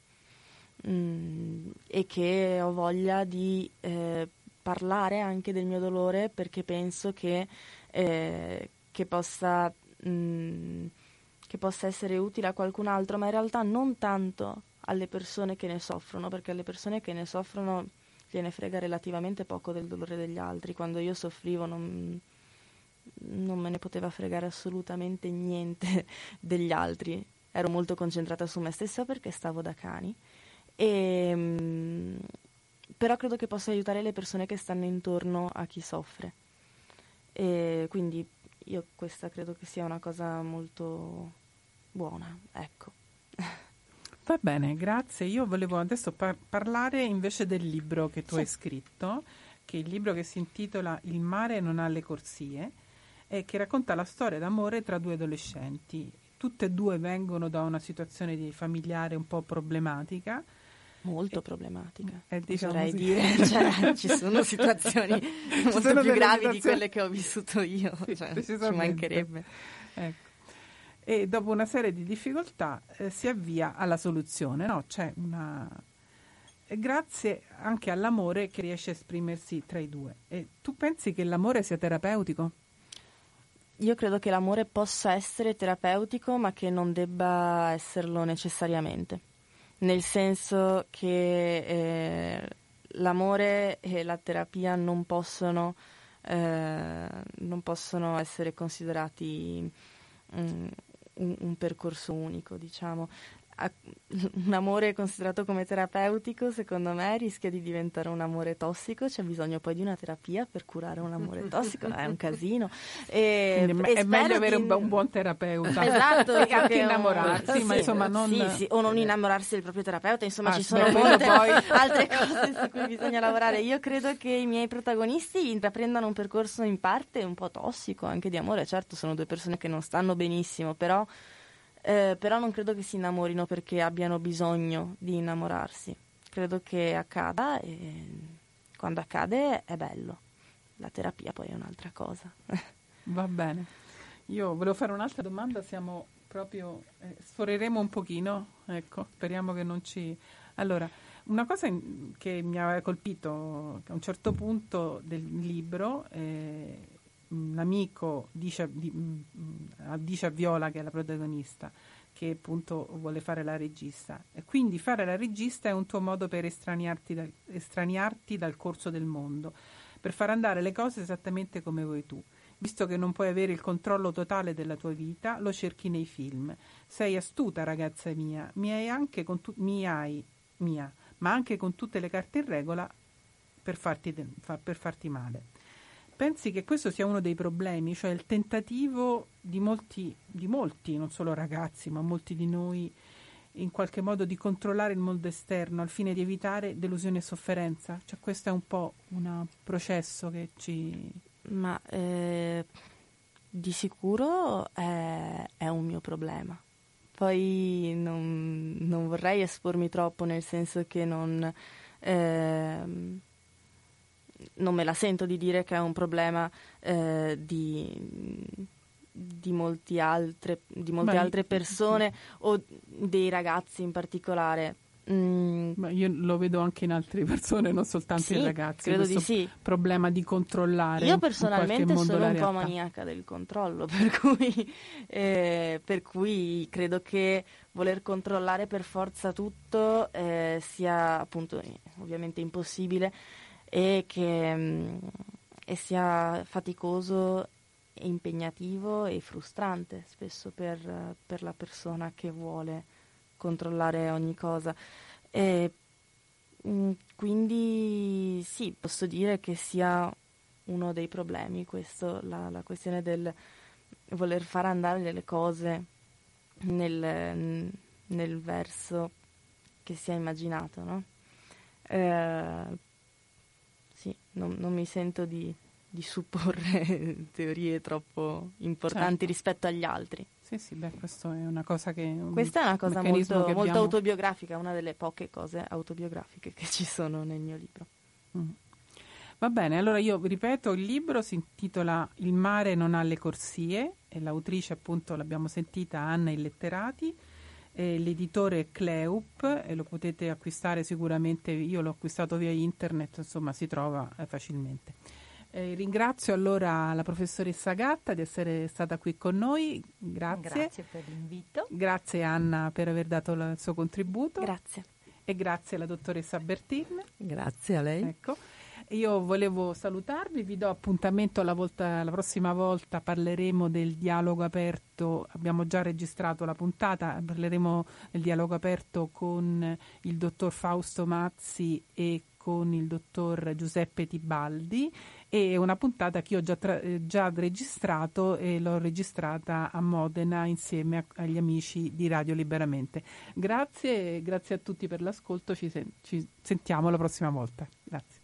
E che ho voglia di parlare anche del mio dolore, perché penso che possa essere utile a qualcun altro, ma in realtà non tanto alle persone che ne soffrono, perché alle persone che ne soffrono gliene frega relativamente poco del dolore degli altri. Quando io soffrivo non me ne poteva fregare assolutamente niente degli altri, ero molto concentrata su me stessa perché stavo da cani. Però credo che possa aiutare le persone che stanno intorno a chi soffre, e quindi io questa credo che sia una cosa molto buona, ecco. Va bene, grazie. Io volevo adesso parlare invece del libro che tu hai scritto, che è il libro che si intitola Il mare non ha le corsie, e che racconta la storia d'amore tra due adolescenti. Tutte e due vengono da una situazione familiare un po' problematica. Molto problematica, diciamo oserei sì. dire, cioè, ci sono situazioni molto più gravi di quelle che ho vissuto io, Sì, cioè, ci decisamente. mancherebbe. Ecco. E dopo una serie di difficoltà si avvia alla soluzione, no? C'è grazie anche all'amore che riesce a esprimersi tra i due. E tu pensi che l'amore sia terapeutico? Io credo che l'amore possa essere terapeutico, ma che non debba esserlo necessariamente. Nel senso che l'amore e la terapia non possono essere considerati un percorso unico, diciamo. Un amore considerato come terapeutico, secondo me, rischia di diventare un amore tossico. C'è bisogno poi di una terapia per curare un amore tossico, è un casino. Quindi è meglio avere un buon terapeuta. Esatto, e anche innamorarsi, sì, ma insomma non... Sì, o non innamorarsi del proprio terapeuta, insomma ci sono quello molte poi... altre cose su cui bisogna lavorare. Io credo che i miei protagonisti intraprendano un percorso in parte un po' tossico, anche di amore. Certo, sono due persone che non stanno benissimo, però non credo che si innamorino perché abbiano bisogno di innamorarsi. Credo che accada, e quando accade è bello. La terapia poi è un'altra cosa. Va bene. Io volevo fare un'altra domanda, siamo proprio... sforeremo un pochino, ecco, speriamo che non ci... Allora, una cosa che mi aveva colpito, che a un certo punto del libro... l'amico dice a Viola, che è la protagonista, che appunto vuole fare la regista, e quindi fare la regista è un tuo modo per estraniarti dal corso del mondo, per far andare le cose esattamente come vuoi tu. Visto che non puoi avere il controllo totale della tua vita, lo cerchi nei film. Sei astuta, ragazza mia, ma anche con tutte le carte in regola per farti male. Pensi che questo sia uno dei problemi, cioè il tentativo di molti, non solo ragazzi, ma molti di noi, in qualche modo di controllare il mondo esterno al fine di evitare delusione e sofferenza? Cioè questo è un po' un processo che ci... Ma di sicuro è un mio problema. Poi non vorrei espormi troppo, nel senso che non me la sento di dire che è un problema di molte altre persone o dei ragazzi in particolare. Ma io lo vedo anche in altre persone, non soltanto Sì, in ragazzi. credo questo di sì. problema di controllare. Io personalmente sono un po' realtà. maniaca del controllo, per cui credo che voler controllare per forza tutto sia appunto ovviamente impossibile e che e sia faticoso e impegnativo e frustrante spesso per la persona che vuole controllare ogni cosa. Quindi sì, posso dire che sia uno dei problemi questo, la questione del voler far andare le cose nel verso che si è immaginato, no? Sì, non mi sento di supporre teorie troppo importanti Certo. rispetto agli altri. Sì, beh, questo è una cosa che... Questa è una cosa meccanismo molto, che molto abbiamo... autobiografica, una delle poche cose autobiografiche che ci sono nel mio libro. Va bene, allora io ripeto, il libro si intitola Il mare non ha le corsie e l'autrice appunto l'abbiamo sentita, Anna Illetterati, l'editore è Cleup e lo potete acquistare sicuramente, io l'ho acquistato via internet, insomma si trova facilmente. Ringrazio allora la professoressa Gatta di essere stata qui con noi, grazie. Grazie per l'invito. Grazie Anna per aver dato il suo contributo. Grazie. E grazie alla dottoressa Bertin. Grazie a lei. Ecco. Io volevo salutarvi, vi do appuntamento la prossima volta, parleremo del dialogo aperto, abbiamo già registrato la puntata, parleremo del dialogo aperto con il dottor Fausto Mazzi e con il dottor Giuseppe Tibaldi, e una puntata che io ho già registrato e l'ho registrata a Modena insieme agli amici di Radio Liberamente. Grazie a tutti per l'ascolto, ci sentiamo la prossima volta. Grazie.